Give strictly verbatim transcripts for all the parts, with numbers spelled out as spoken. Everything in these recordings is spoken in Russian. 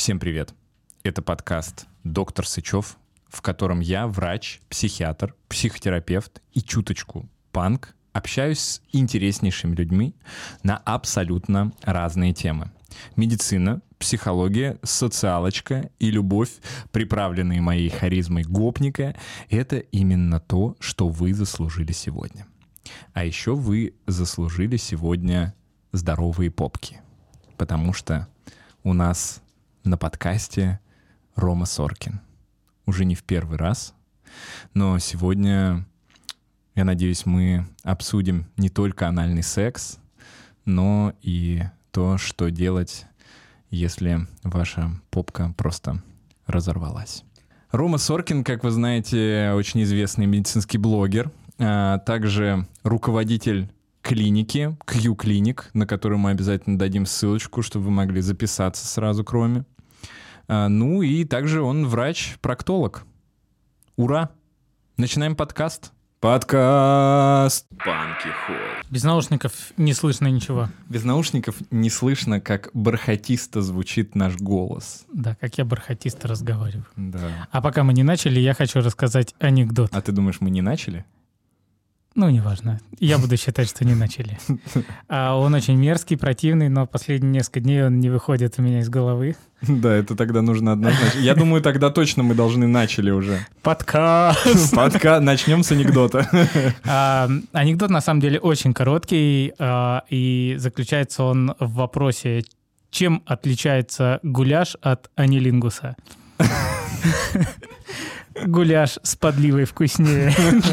Всем привет! Это подкаст «Доктор Сычев», в котором я, врач, психиатр, психотерапевт и чуточку панк, общаюсь с интереснейшими людьми на абсолютно разные темы. Медицина, психология, социалочка и любовь, приправленные моей харизмой гопника, это именно то, что вы заслужили сегодня. А еще вы заслужили сегодня здоровые попки, потому что у нас на подкасте Рома Соркин. Уже не в первый раз, но сегодня, я надеюсь, мы обсудим не только анальный секс, но и то, что делать, если ваша попка просто разорвалась. Рома Соркин, как вы знаете, очень известный медицинский блогер, а также руководитель клиники Q-Clinic, на которую мы обязательно дадим ссылочку, чтобы вы могли записаться сразу к Роме. А, ну и также он врач-проктолог. Ура! Начинаем подкаст. Подкаст! Панки Холл. Без наушников не слышно ничего. Без наушников не слышно, как бархатисто звучит наш голос. Да, как я бархатисто разговариваю. Да. А пока мы не начали, я хочу рассказать анекдот. А ты думаешь, мы не начали? Ну, неважно. Я буду считать, что не начали. А он очень мерзкий, противный, но последние несколько дней он не выходит у меня из головы. Да, это тогда нужно однозначно. Я думаю, тогда точно мы должны начали уже. Подкаст! Подкаст. Начнем с анекдота. А, анекдот, на самом деле, очень короткий, а, и заключается он в вопросе, чем отличается гуляш от анилингуса? Гуляш с подливой вкуснее.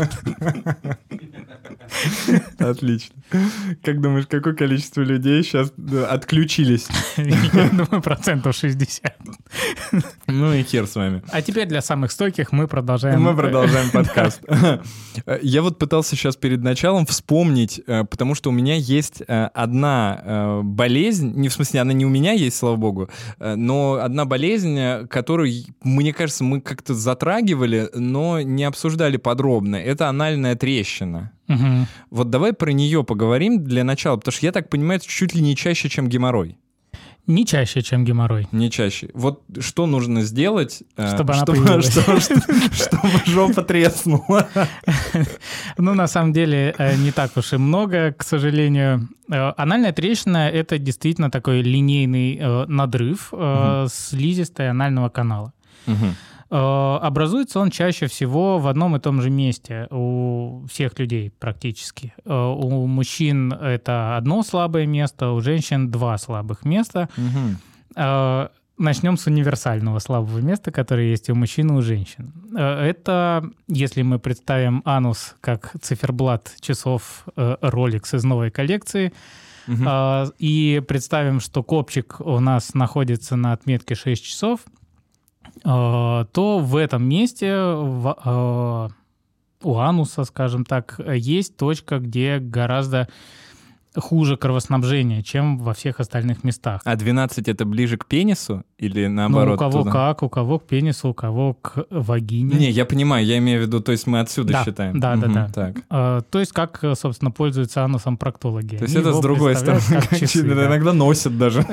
Отлично. Как думаешь, какое количество людей сейчас отключились? Я думаю, процентов шестьдесят. Ну и хер с вами. А теперь для самых стойких мы продолжаем... Мы продолжаем подкаст. Я вот пытался сейчас перед началом вспомнить, потому что у меня есть одна болезнь, не в смысле, она не у меня есть, слава богу, но одна болезнь, которую, мне кажется, мы как-то затрагивали, но не обсуждали подробно. Это анальная трещина. Угу. Вот давай про нее поговорим для начала, потому что я так понимаю, это чуть ли не чаще, чем геморрой. Не чаще, чем геморрой. Не чаще. Вот что нужно сделать, чтобы она чтобы, появилась. Чтобы, чтобы жопа треснула? Ну, на самом деле, не так уж и много, к сожалению. Анальная трещина — это действительно такой линейный надрыв угу. слизистой анального канала. Угу. Образуется он чаще всего в одном и том же месте у всех людей практически. У мужчин это одно слабое место, у женщин два слабых места. Угу. Начнем с универсального слабого места, которое есть у мужчин и у женщин. Это, если мы представим анус как циферблат часов Rolex из новой коллекции, угу. и представим, что копчик у нас находится на отметке шесть часов, то в этом месте в, у ануса, скажем так, есть точка, где гораздо хуже кровоснабжение, чем во всех остальных местах. А двенадцать — это ближе к пенису или наоборот? Ну, у кого туда? Как, у кого к пенису, у кого к вагине. Не, я понимаю, я имею в виду, то есть мы отсюда да, считаем. Да, угу, да, да. Так. А, то есть как, собственно, пользуются анусом проктологи. То есть это с другой стороны. Часы, иногда да. носят даже.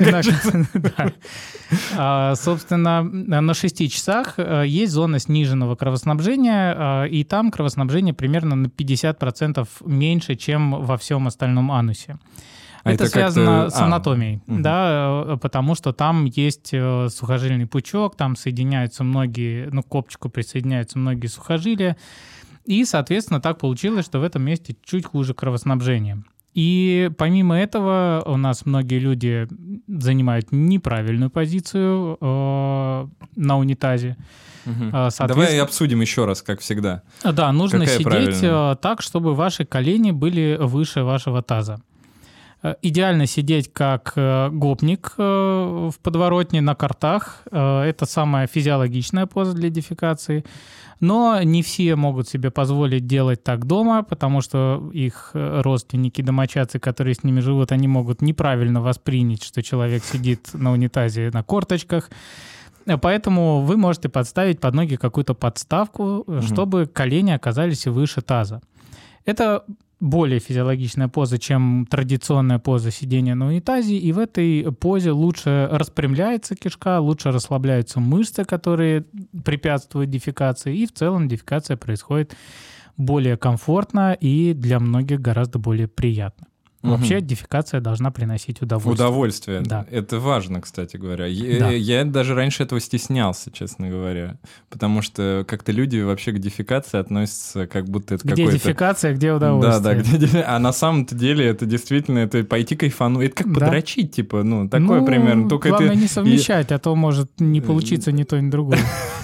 Собственно, на шести часах есть зона сниженного кровоснабжения, и там кровоснабжение примерно на пятьдесят процентов меньше, чем во всем остальном анусе. А это, это связано как-то... с анатомией, а, угу. да, потому что там есть сухожильный пучок, там соединяются многие, ну, к копчику присоединяются многие сухожилия, и, соответственно, так получилось, что в этом месте чуть хуже кровоснабжение. И помимо этого у нас многие люди занимают неправильную позицию э, на унитазе. Угу. Давай обсудим еще раз, как всегда. Да, нужно Какая сидеть правильная? Так, чтобы ваши колени были выше вашего таза. Идеально сидеть как гопник в подворотне на картах. Это самая физиологичная поза для дефекации. Но не все могут себе позволить делать так дома, потому что их родственники, домочадцы, которые с ними живут, они могут неправильно воспринять, что человек сидит на унитазе на корточках. Поэтому вы можете подставить под ноги какую-то подставку, угу. чтобы колени оказались выше таза. Это более физиологичная поза, чем традиционная поза сидения на унитазе, и в этой позе лучше распрямляется кишка, лучше расслабляются мышцы, которые препятствуют дефекации, и в целом дефекация происходит более комфортно и для многих гораздо более приятно. Вообще угу. дефекация должна приносить удовольствие. Удовольствие. Да. Это важно, кстати говоря. Я, да. я даже раньше этого стеснялся, честно говоря. Потому что как-то люди вообще к дефекации относятся, как будто это где какой-то... Где дефекация, где удовольствие. Да, да. Где... А на самом-то деле это действительно это пойти кайфануть. Это как да. подрочить, типа, ну, такое ну, примерно. Только главное это... не совмещать, и... а то может не получиться ни то, ни другое.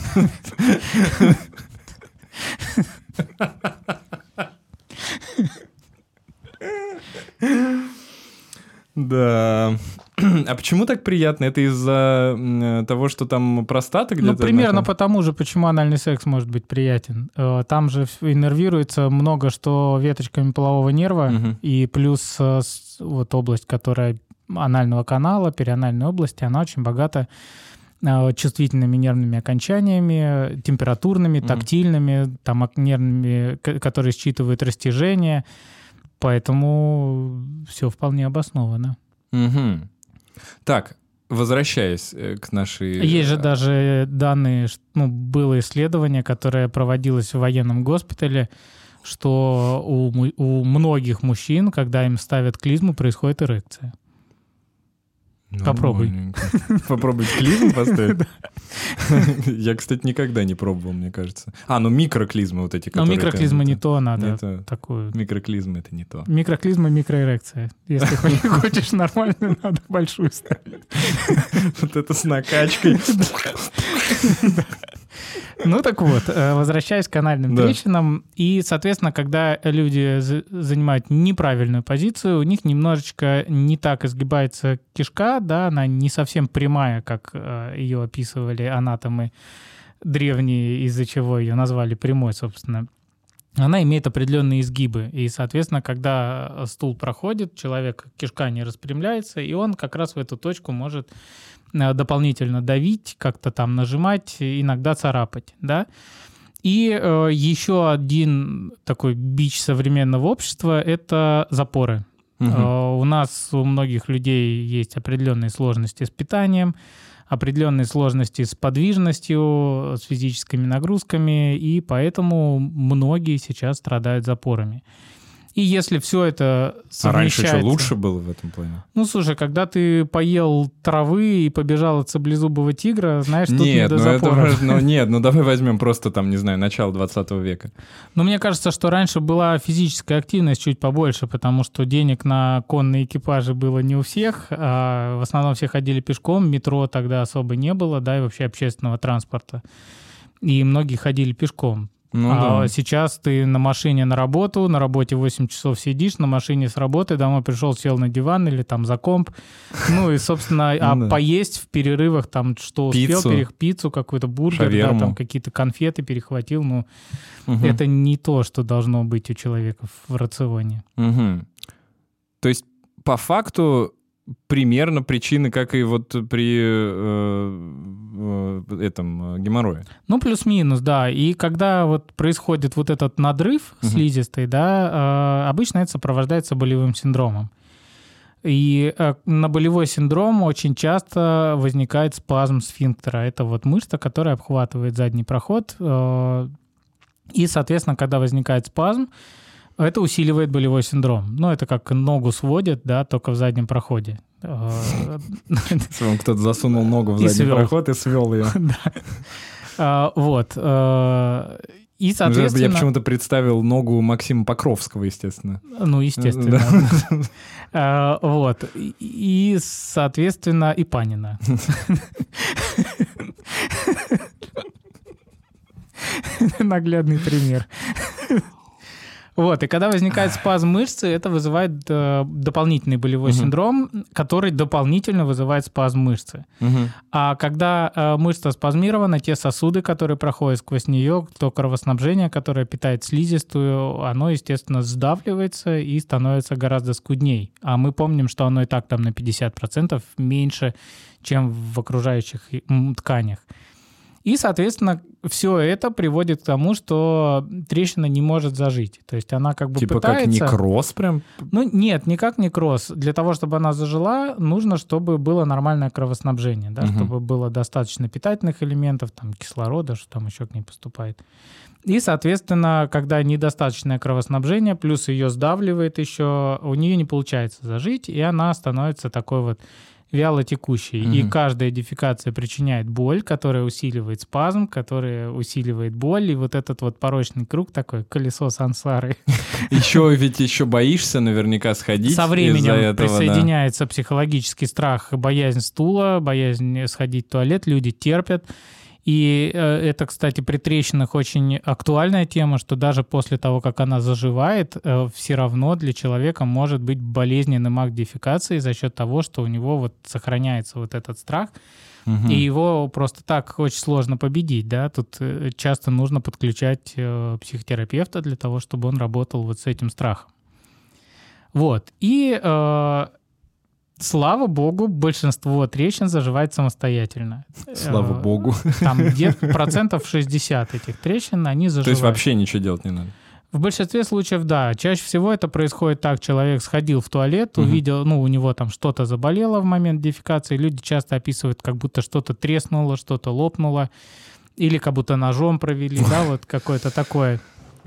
Да. А почему так приятно? Это из-за того, что там простата где-то? Ну, примерно потому же, почему анальный секс может быть приятен. Там же иннервируется много что веточками полового нерва, угу. и плюс вот область, которая анального канала, перианальной области, она очень богата чувствительными нервными окончаниями, температурными, тактильными, mm-hmm. там нервными, которые считывают растяжение. Поэтому все вполне обосновано. Mm-hmm. Так, возвращаясь к нашей... Есть же даже данные, ну, было исследование, которое проводилось в военном госпитале, что у, у многих мужчин, когда им ставят клизму, происходит эрекция. Попробуй. Попробуй клизму поставить? Я, кстати, никогда не пробовал, мне кажется. А, ну микроклизмы вот эти, которые... Ну микроклизма не то, надо такую... Микроклизмы — это не то. Микроклизма — микроэрекция. Если хочешь нормальную, надо большую ставить. Вот это с накачкой. Ну так вот, возвращаясь к анальным да. трещинам, и, соответственно, когда люди занимают неправильную позицию, у них немножечко не так изгибается кишка, да, она не совсем прямая, как ее описывали анатомы древние, из-за чего ее назвали прямой, собственно. Она имеет определенные изгибы, и, соответственно, когда стул проходит, человек, кишка не распрямляется, и он как раз в эту точку может дополнительно давить, как-то там нажимать, иногда царапать, да. И э, еще один такой бич современного общества — это запоры. Угу. Э, у нас у многих людей есть определенные сложности с питанием, определенные сложности с подвижностью, с физическими нагрузками, и поэтому многие сейчас страдают запорами. И если все это совмещается... А раньше что, лучше было в этом плане? Ну, слушай, когда ты поел травы и побежал от саблезубого тигра, знаешь, тут нет, не до ну запора. Это, ну, нет, ну давай возьмем просто там, не знаю, начало двадцатого века. Ну, мне кажется, что раньше была физическая активность чуть побольше, потому что денег на конные экипажи было не у всех, а в основном все ходили пешком, метро тогда особо не было, да, и вообще общественного транспорта. И многие ходили пешком. Ну, а да. Сейчас ты на машине на работу, на работе восемь часов сидишь, на машине с работы, домой пришел, сел на диван или там за комп. Ну и, собственно, а поесть в перерывах там что успел, перех пиццу, какой-то бургер, да, там какие-то конфеты перехватил. Ну, это не то, что должно быть у человека в рационе. То есть, по факту, примерно причины, как и вот при э, э, этом геморрое. Ну, плюс-минус, да. И когда вот происходит вот этот надрыв uh-huh. слизистой, да, э, обычно это сопровождается болевым синдромом. И э, на болевой синдром очень часто возникает спазм сфинктера. Это вот мышца, которая обхватывает задний проход. Э, и, соответственно, когда возникает спазм, это усиливает болевой синдром. Ну, это как ногу сводит, да, только в заднем проходе. Кто-то засунул ногу в задний проход и свел ее. Вот. И, соответственно... Я почему-то представил ногу Максима Покровского, естественно. Ну, естественно. Вот. И, соответственно, и Панина. Наглядный пример. Вот, и когда возникает спазм мышцы, это вызывает э, дополнительный болевой uh-huh. синдром, который дополнительно вызывает спазм мышцы. Uh-huh. А когда э, мышца спазмирована, те сосуды, которые проходят сквозь нее, то кровоснабжение, которое питает слизистую, оно, естественно, сдавливается и становится гораздо скудней. А мы помним, что оно и так там на пятьдесят процентов меньше, чем в окружающих тканях. И, соответственно, все это приводит к тому, что трещина не может зажить. То есть она как бы типа пытается... Типа как некроз прям? Ну, нет, не как некроз. Для того, чтобы она зажила, нужно, чтобы было нормальное кровоснабжение, да, угу. чтобы было достаточно питательных элементов, там, кислорода, что там еще к ней поступает. И, соответственно, когда недостаточное кровоснабжение, плюс ее сдавливает еще, у нее не получается зажить, и она становится такой вот вяло текущей. Mm-hmm. И каждая дефекация причиняет боль, которая усиливает спазм, которая усиливает боль. И вот этот вот порочный круг такой, колесо сансары. Еще ведь еще боишься наверняка сходить. Со временем присоединяется психологический страх, боязнь стула, боязнь сходить в туалет. Люди терпят. И это, кстати, при трещинах очень актуальная тема, что даже после того, как она заживает, все равно для человека может быть болезненным акт дефекации за счет того, что у него вот сохраняется вот этот страх, угу. и его просто так очень сложно победить. Да? Тут часто нужно подключать психотерапевта для того, чтобы он работал вот с этим страхом. Вот. И... Слава богу, большинство трещин заживает самостоятельно. Слава богу. Там где-то процентов шестьдесят этих трещин, они заживают. То есть вообще ничего делать не надо? В большинстве случаев, да. Чаще всего это происходит так. Человек сходил в туалет, угу. увидел, ну, у него там что-то заболело в момент дефекации. Люди часто описывают, как будто что-то треснуло, что-то лопнуло. Или как будто ножом провели, да, вот какое-то такое...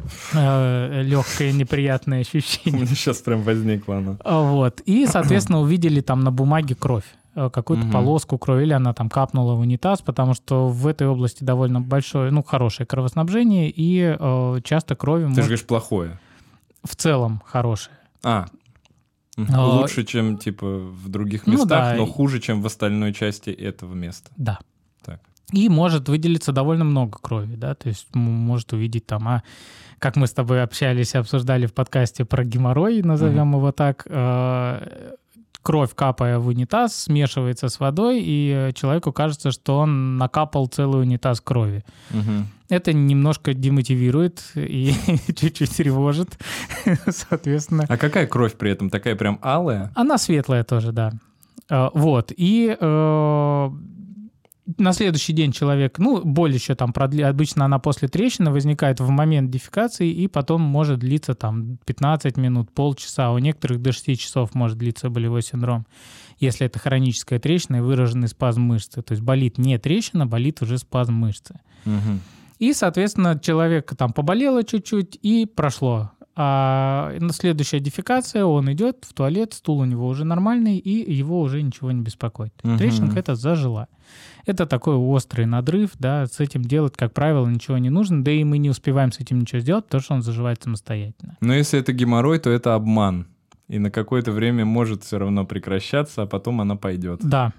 легкое неприятное ощущение. Сейчас прям возникло оно. Вот. И, соответственно, увидели там на бумаге кровь, какую-то угу. полоску крови, или она там капнула в унитаз, потому что в этой области довольно большое, ну, хорошее кровоснабжение, и э, часто крови... Ты может... же говоришь плохое. В целом хорошее. А, а, лучше, чем, типа, в других местах, ну, да. но хуже, чем в остальной части этого места. Да. Так. И может выделиться довольно много крови, да, то есть может увидеть там, а как мы с тобой общались и обсуждали в подкасте про геморрой, назовем mm-hmm. его так, э, кровь, капая в унитаз, смешивается с водой, и человеку кажется, что он накапал целый унитаз крови. Mm-hmm. Это немножко демотивирует и чуть-чуть тревожит, соответственно. А какая кровь при этом? Такая прям алая? Она светлая тоже, да. Вот, и... Э, на следующий день человек, ну, боль еще там продли... обычно она после трещины возникает в момент дефекации и потом может длиться там пятнадцать минут, полчаса, а у некоторых до шести часов может длиться болевой синдром, если это хроническая трещина и выраженный спазм мышцы. То есть болит не трещина, болит уже спазм мышцы. Угу. И, соответственно, человек там поболело чуть-чуть и прошло. А на следующая дефекация, он идет в туалет, стул у него уже нормальный, и его уже ничего не беспокоит. Угу. Трещинка эта зажила. Это такой острый надрыв, да, с этим делать, как правило, ничего не нужно, да и мы не успеваем с этим ничего сделать, потому что он заживает самостоятельно. Но если это геморрой, то это обман. И на какое-то время может все равно прекращаться, а потом она пойдет. Да.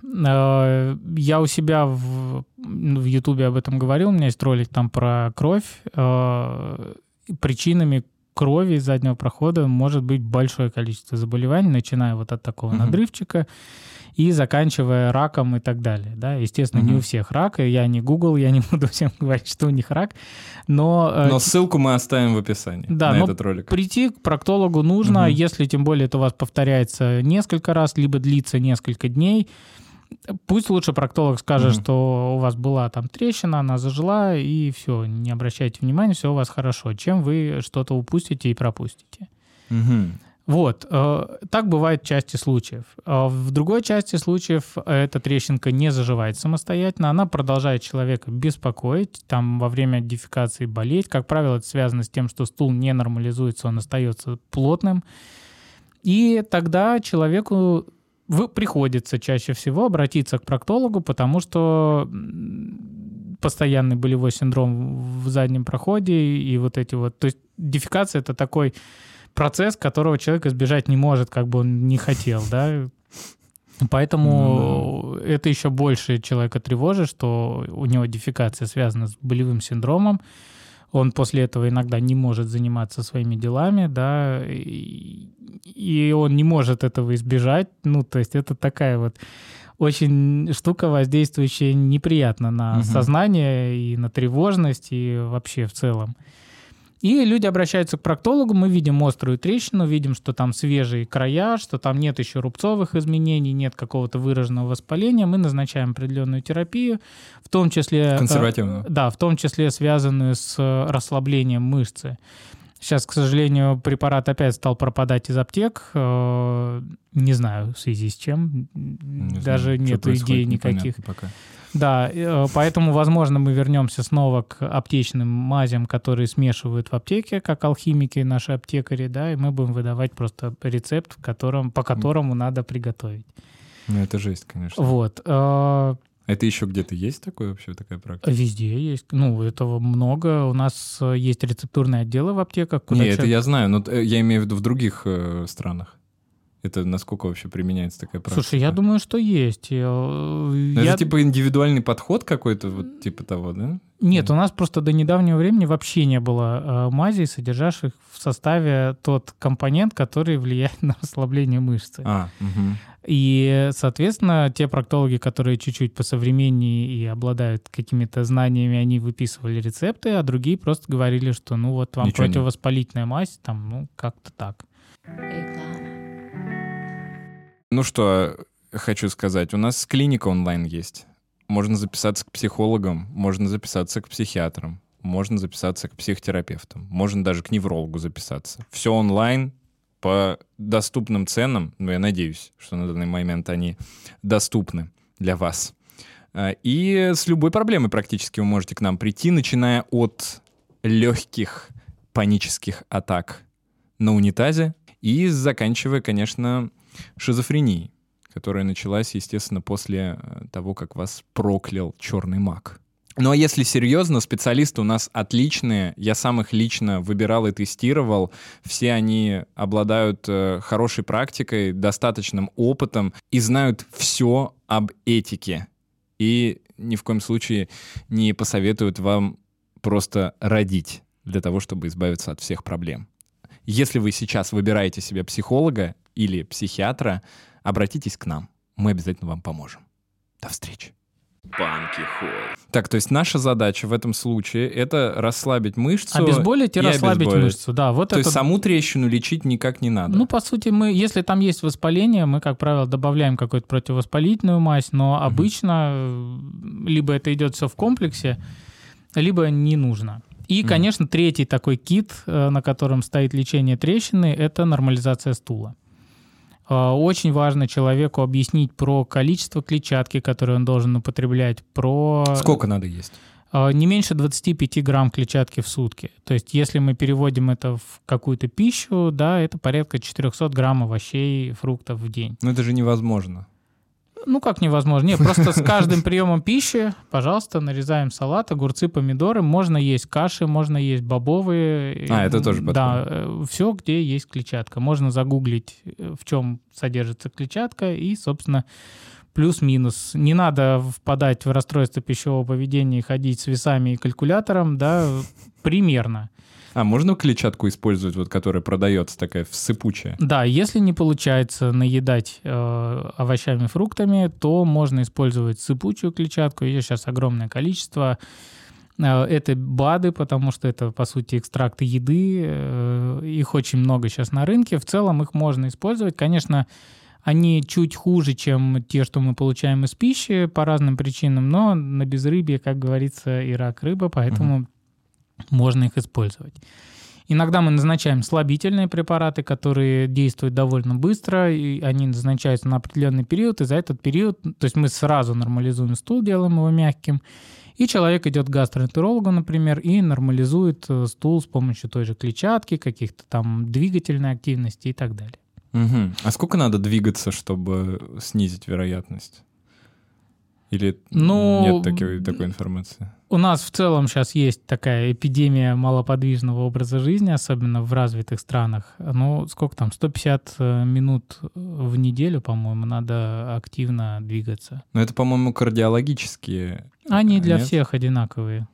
Я у себя в, в Ютубе об этом говорил, у меня есть ролик там про кровь. Причинами крови из заднего прохода может быть большое количество заболеваний, начиная вот от такого uh-huh. надрывчика и заканчивая раком и так далее. Да? Естественно, uh-huh. не у всех рак, и я не Google, я не буду всем говорить, что у них рак, но... Но ссылку мы оставим в описании да, на но этот ролик. Прийти к проктологу нужно, uh-huh. если тем более это у вас повторяется несколько раз, либо длится несколько дней. Пусть лучше проктолог скажет, mm-hmm. что у вас была там трещина, она зажила, и все, не обращайте внимания, все у вас хорошо, чем вы что-то упустите и пропустите. Mm-hmm. Вот. Так бывает в части случаев. В другой части случаев эта трещинка не заживает самостоятельно, она продолжает человека беспокоить, там во время дефекации болеть. Как правило, это связано с тем, что стул не нормализуется, он остается плотным. И тогда человеку приходится чаще всего обратиться к проктологу, потому что постоянный болевой синдром в заднем проходе и вот эти вот... То есть дефекация — это такой процесс, которого человек избежать не может, как бы он ни хотел, да? Поэтому mm-hmm. это еще больше человека тревожит, что у него дефекация связана с болевым синдромом, он после этого иногда не может заниматься своими делами, да, и, и он не может этого избежать. Ну, то есть это такая вот очень штука, воздействующая неприятно на угу. сознание и на тревожность, и вообще в целом. И люди обращаются к проктологу, мы видим острую трещину, видим, что там свежие края, что там нет еще рубцовых изменений, нет какого-то выраженного воспаления. Мы назначаем определенную терапию, в том числе... Консервативную. Да, в том числе связанную с расслаблением мышцы. Сейчас, к сожалению, препарат опять стал пропадать из аптек. Не знаю, в связи с чем. Не Даже знаю, нет идей никаких. Пока. Да, поэтому, возможно, мы вернемся снова к аптечным мазям, которые смешивают в аптеке, как алхимики, наши аптекари, да, и мы будем выдавать просто рецепт, в котором, по которому надо приготовить. Ну, это жесть, конечно. Вот. Это еще где-то есть такое вообще, такая практика? Везде есть. Ну, этого много. У нас есть рецептурные отделы в аптеках. Куда Нет, человек... это я знаю, но я имею в виду в других э, странах. Это насколько вообще применяется такая практика? Слушай, я думаю, что есть. Я... Это типа индивидуальный подход какой-то, вот типа того, да? Нет, у нас просто до недавнего времени вообще не было э, мазей, содержащих в составе тот компонент, который влияет на расслабление мышцы. А, угу. И, соответственно, те проктологи, которые чуть-чуть посовременнее и обладают какими-то знаниями, они выписывали рецепты, а другие просто говорили, что ну вот вам Ничего противовоспалительная мазь, там, ну, как-то так. Ну что, хочу сказать, у нас клиника онлайн есть. Можно записаться к психологам, можно записаться к психиатрам, можно записаться к психотерапевтам, можно даже к неврологу записаться. Все онлайн, по доступным ценам, ну, я надеюсь, что на данный момент они доступны для вас. И с любой проблемой практически вы можете к нам прийти, начиная от легких панических атак на унитазе и заканчивая, конечно, шизофренией, которая началась, естественно, после того, как вас проклял черный маг. Ну а если серьезно, специалисты у нас отличные. Я сам их лично выбирал и тестировал. Все они обладают э, хорошей практикой, достаточным опытом и знают все об этике. И ни в коем случае не посоветуют вам просто родить для того, чтобы избавиться от всех проблем. Если вы сейчас выбираете себе психолога или психиатра, обратитесь к нам. Мы обязательно вам поможем. До встречи. Банки Холл. Так, то есть наша задача в этом случае — это расслабить мышцу. Обезболить и, и расслабить обезболить. мышцу, да. Вот то это... есть саму трещину лечить никак не надо? Ну, по сути, мы, если там есть воспаление, мы, как правило, добавляем какую-то противовоспалительную мазь, но uh-huh. обычно либо это идет все в комплексе, либо не нужно. И, конечно, uh-huh. третий такой кит, на котором стоит лечение трещины, это нормализация стула. Очень важно человеку объяснить про количество клетчатки, которое он должен употреблять, про... Сколько надо есть? Не меньше двадцать пять грамм клетчатки в сутки. То есть если мы переводим это в какую-то пищу, да, это порядка четыреста грамм овощей, фруктов в день. Ну это же невозможно. Ну, как невозможно? Нет, просто с каждым приемом пищи, пожалуйста, нарезаем салат, огурцы, помидоры. Можно есть каши, можно есть бобовые. А, это тоже подходит. Да, все, где есть клетчатка. Можно загуглить, в чем содержится клетчатка, и, собственно, плюс-минус. Не надо впадать в расстройство пищевого поведения и ходить с весами и калькулятором, да, примерно. А можно клетчатку использовать, вот, которая продается такая сыпучая? Да, если не получается наедать э, овощами, фруктами, то можно использовать сыпучую клетчатку. Ее сейчас огромное количество. Э, это БАДы, потому что это, по сути, экстракты еды. Э, их очень много сейчас на рынке. В целом их можно использовать. Конечно, они чуть хуже, чем те, что мы получаем из пищи по разным причинам, но на безрыбье, как говорится, и рак рыба, поэтому... Mm-hmm. можно их использовать. Иногда мы назначаем слабительные препараты, которые действуют довольно быстро, и они назначаются на определенный период, и за этот период, то есть мы сразу нормализуем стул, делаем его мягким, и человек идет к гастроэнтерологу, например, и нормализует стул с помощью той же клетчатки, каких-то там двигательной активности и так далее. Угу. А сколько надо двигаться, чтобы снизить вероятность? Или ну, нет такой, такой информации? У нас в целом сейчас есть такая эпидемия малоподвижного образа жизни, особенно в развитых странах. Ну, сколько там, сто пятьдесят минут в неделю, по-моему, надо активно двигаться. Но это, по-моему, кардиологические. Они для нет? всех одинаковые.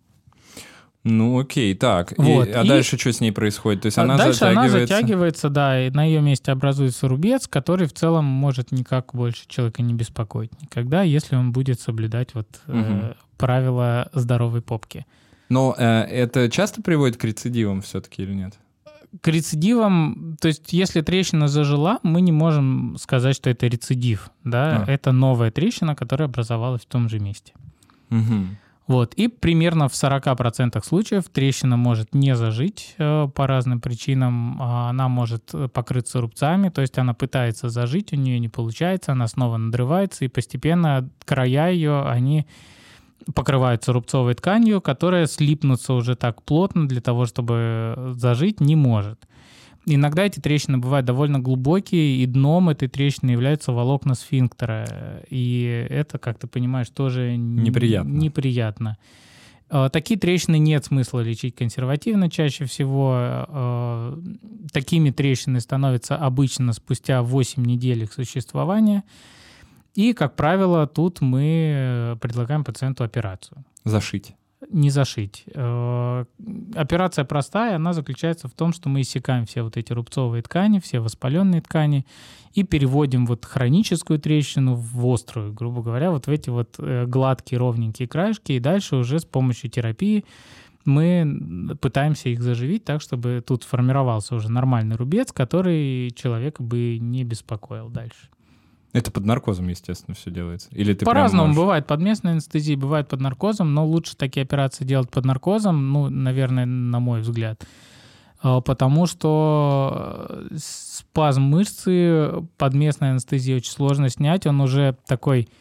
Ну, окей, так. Вот. И, а и дальше что с ней происходит? То есть она дальше затягивается? она затягивается, да, и на ее месте образуется рубец, который в целом может никак больше человека не беспокоить никогда, если он будет соблюдать вот, угу. э, правила здоровой попки. Но э, это часто приводит к рецидивам все-таки или нет? К рецидивам, то есть если трещина зажила, мы не можем сказать, что это рецидив. Да? А. Это новая трещина, которая образовалась в том же месте. Угу. Вот. И примерно в сорок процентов случаев трещина может не зажить э, по разным причинам. Она может покрыться рубцами, то есть она пытается зажить, у нее не получается, она снова надрывается, и постепенно края ее, они покрываются рубцовой тканью, которая слипнуться уже так плотно для того, чтобы зажить, не может. Иногда эти трещины бывают довольно глубокие, и дном этой трещины являются волокна сфинктера. И это, как ты понимаешь, тоже неприятно. неприятно. Такие трещины нет смысла лечить консервативно чаще всего. Такими трещины становятся обычно спустя восемь недель их существования. И, как правило, тут мы предлагаем пациенту операцию. Зашить. Не зашить. Операция простая, она заключается в том, что мы иссекаем все вот эти рубцовые ткани, все воспаленные ткани и переводим вот хроническую трещину в острую, грубо говоря, вот в эти вот гладкие ровненькие краешки, и дальше уже с помощью терапии мы пытаемся их заживить так, чтобы тут сформировался уже нормальный рубец, который человека бы не беспокоил дальше. Это под наркозом, естественно, все делается? Или ты По-разному можешь... бывает. Под местной анестезией, бывает под наркозом, но лучше такие операции делать под наркозом, ну, наверное, на мой взгляд. Потому что спазм мышцы под местной анестезией очень сложно снять. Он уже такой,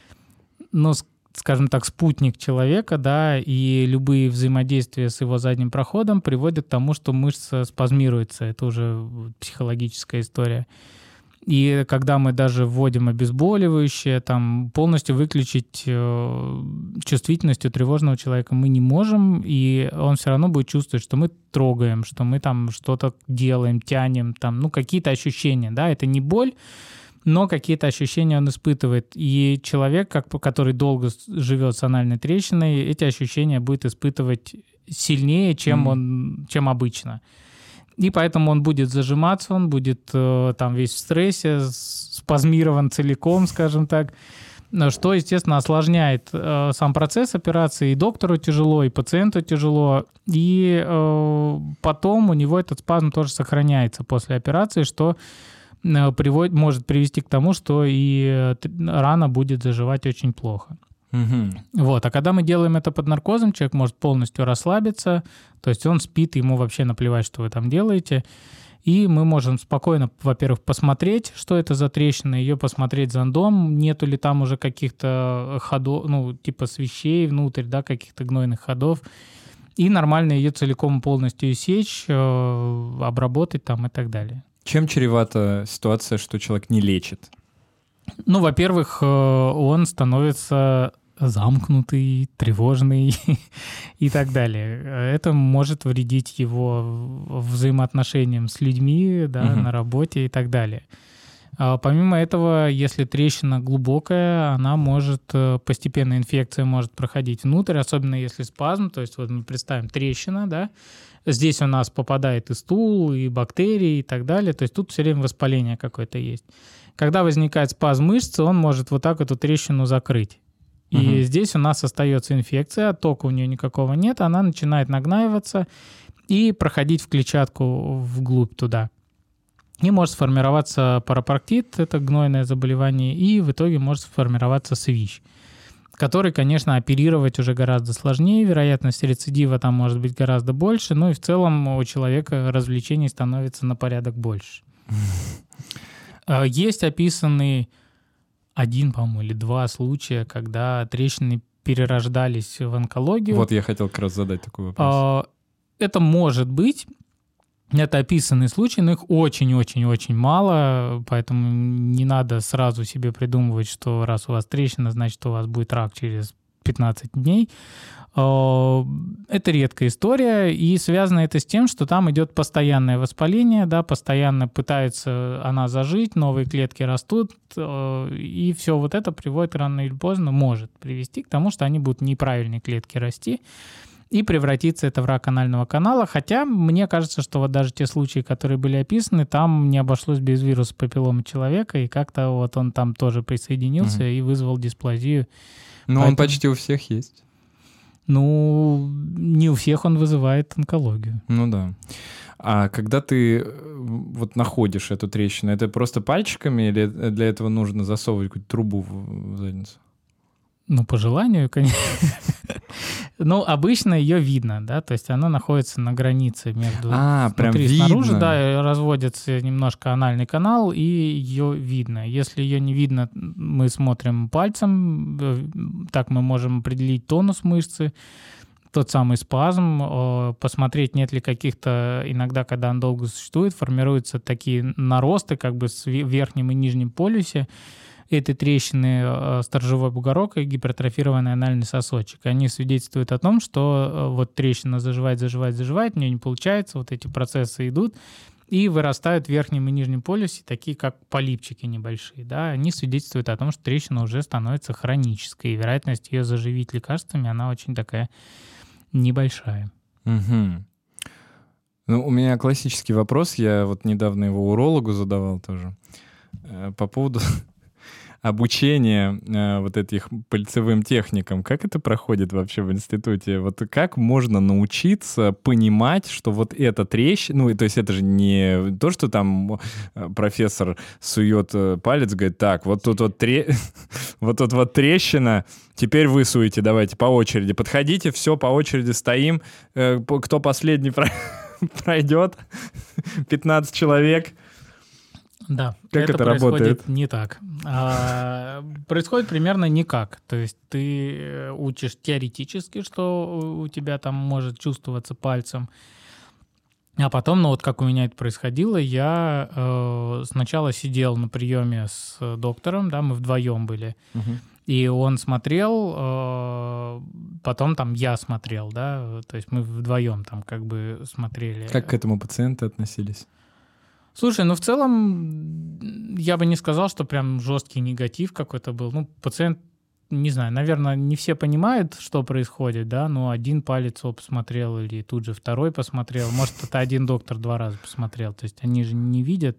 ну, скажем так, спутник человека, да, и любые взаимодействия с его задним проходом приводят к тому, что мышца спазмируется. Это уже психологическая история. И когда мы даже вводим обезболивающее, там полностью выключить э, чувствительность у тревожного человека мы не можем, и он все равно будет чувствовать, что мы трогаем, что мы там что-то делаем, тянем, там, ну, какие-то ощущения, да, это не боль, но какие-то ощущения он испытывает. И человек, как, который долго живет с анальной трещиной, эти ощущения будет испытывать сильнее, чем, mm. он, чем обычно. И поэтому он будет зажиматься, он будет э, там весь в стрессе, спазмирован целиком, скажем так, что, естественно, осложняет э, сам процесс операции. И доктору тяжело, и пациенту тяжело. И э, потом у него этот спазм тоже сохраняется после операции, что э, приводит, может привести к тому, что и рана будет заживать очень плохо. Угу. Вот. А когда мы делаем это под наркозом, человек может полностью расслабиться, то есть он спит, ему вообще наплевать, что вы там делаете, и мы можем спокойно, во-первых, посмотреть, что это за трещина, ее посмотреть зондом, нету ли там уже каких-то ходов, ну, типа свищей внутрь, да, каких-то гнойных ходов, и нормально ее целиком полностью сечь, обработать там и так далее. Чем чревата ситуация, что человек не лечит? Ну, во-первых, он становится замкнутый, тревожный и так далее. Это может вредить его взаимоотношениям с людьми, да, угу. на работе и так далее. А помимо этого, если трещина глубокая, она может, постепенно инфекция может проходить внутрь, особенно если спазм, то есть вот мы представим трещина, да, здесь у нас попадает и стул, и бактерии и так далее, то есть тут все время воспаление какое-то есть. Когда возникает спазм мышцы, он может вот так эту трещину закрыть. И угу. здесь у нас остается инфекция, тока у нее никакого нет, она начинает нагнаиваться и проходить в клетчатку вглубь туда. И может сформироваться паропроктит, это гнойное заболевание, и в итоге может сформироваться свищ, который, конечно, оперировать уже гораздо сложнее, вероятность рецидива там может быть гораздо больше, ну и в целом у человека развлечений становится на порядок больше. Есть описанный один, по-моему, или два случая, когда трещины перерождались в онкологию. Вот я хотел как раз задать такой вопрос. Это может быть. Это описанные случаи, но их очень-очень-очень мало, поэтому не надо сразу себе придумывать, что раз у вас трещина, значит, у вас будет рак через пятнадцать дней. Это редкая история, и связано это с тем, что там идет постоянное воспаление, да, постоянно пытается она зажить, новые клетки растут, и все вот это приводит рано или поздно, может привести к тому, что они будут неправильные клетки расти, и превратиться это в рак анального канала. Хотя мне кажется, что вот даже те случаи, которые были описаны, там не обошлось без вируса папилломы человека, и как-то вот он там тоже присоединился угу. и вызвал дисплазию. Но Поэтому... он почти у всех есть. Ну, не у всех он вызывает онкологию. Ну да. А когда ты вот находишь эту трещину, это просто пальчиками или для этого нужно засовывать какую-то трубу в задницу? Ну, по желанию, конечно. Ну, обычно ее видно, да, то есть она находится на границе между а, прям внутри и видно. снаружи, да, разводится немножко анальный канал, и ее видно. Если ее не видно, мы смотрим пальцем, так мы можем определить тонус мышцы, тот самый спазм, посмотреть, нет ли каких-то, иногда, когда он долго существует, формируются такие наросты как бы в верхнем и нижнем полюсе этой трещины, сторожевой бугорок и гипертрофированный анальный сосочек. Они свидетельствуют о том, что вот трещина заживает, заживает, заживает, у нее не получается, вот эти процессы идут и вырастают в верхнем и нижнем полюсе, такие как полипчики небольшие. Да? Они свидетельствуют о том, что трещина уже становится хронической, и вероятность ее заживить лекарствами, она очень такая небольшая. Угу. Ну, у меня классический вопрос, я вот недавно его урологу задавал тоже, по поводу обучения э, вот этих пальцевым техникам. Как это проходит вообще в институте? Вот как можно научиться понимать, что вот эта трещина... Ну, то есть это же не то, что там профессор сует палец, говорит, так, вот тут вот, тре... вот тут вот трещина, теперь вы суете, давайте по очереди. Подходите, все, по очереди стоим. Э, кто последний про... пройдет? пятнадцать человек. Да, как это, это работает? Происходит не так. А, происходит примерно никак. То есть ты учишь теоретически, что у тебя там может чувствоваться пальцем. А потом, ну вот как у меня это происходило, я э, сначала сидел на приеме с доктором, да, мы вдвоем были. Угу. И он смотрел, э, потом там я смотрел, да, то есть мы вдвоем там как бы смотрели. Как к этому пациенты относились? Слушай, ну в целом я бы не сказал, что прям жесткий негатив какой-то был. Ну, пациент, не знаю, наверное, не все понимают, что происходит, да, но один палец оп, посмотрел или тут же второй посмотрел. Может, это один доктор два раза посмотрел. То есть они же не видят.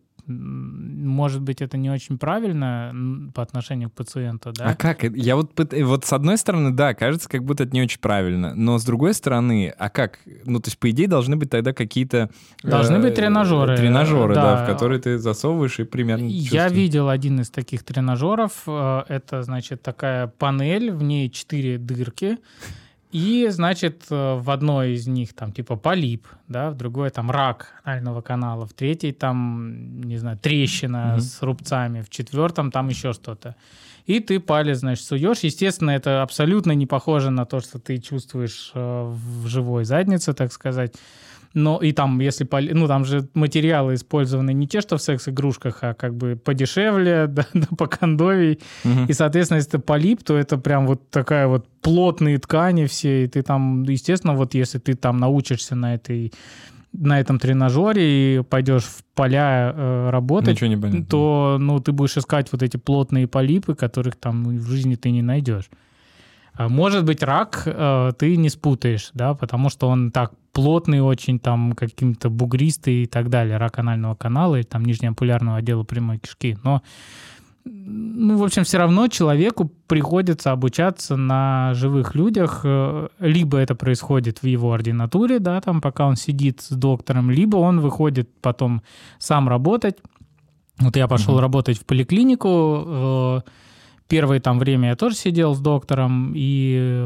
Может быть, это не очень правильно по отношению к пациенту, да? А как? Я вот, вот с одной стороны, да, кажется, как будто это не очень правильно, но с другой стороны, а как? Ну, то есть, по идее, должны быть тогда какие-то... Должны э, быть тренажеры. Тренажеры, да. да, в которые ты засовываешь и примерно Я чувствуешь. видел один из таких тренажеров. Это, значит, такая панель, в ней четыре дырки. И, значит, в одной из них там типа полип, да, в другой там рак анального канала, в третьей там, не знаю, трещина mm-hmm. с рубцами, в четвертом там еще что-то. И ты палец, значит, суешь. Естественно, это абсолютно не похоже на то, что ты чувствуешь в живой заднице, так сказать. Но и там, если... Поли... Ну, там же материалы использованы не те, что в секс-игрушках, а как бы подешевле, да, да покондовей. Угу. И, соответственно, если это полип, то это прям вот такая вот плотные ткани все. И ты там, естественно, вот если ты там научишься на этой... на этом тренажере и пойдешь в поля э, работать, то ну, ты будешь искать вот эти плотные полипы, которых там в жизни ты не найдешь. Может быть, рак э, ты не спутаешь, да, потому что он так плотный, очень там каким-то бугристый и так далее, рак анального канала или там нижнеампулярного отдела прямой кишки. Но, ну, в общем, все равно человеку приходится обучаться на живых людях. Либо это происходит в его ординатуре, да, там, пока он сидит с доктором, либо он выходит потом сам работать. Вот я пошел угу. работать в поликлинику, э, первое там время я тоже сидел с доктором, и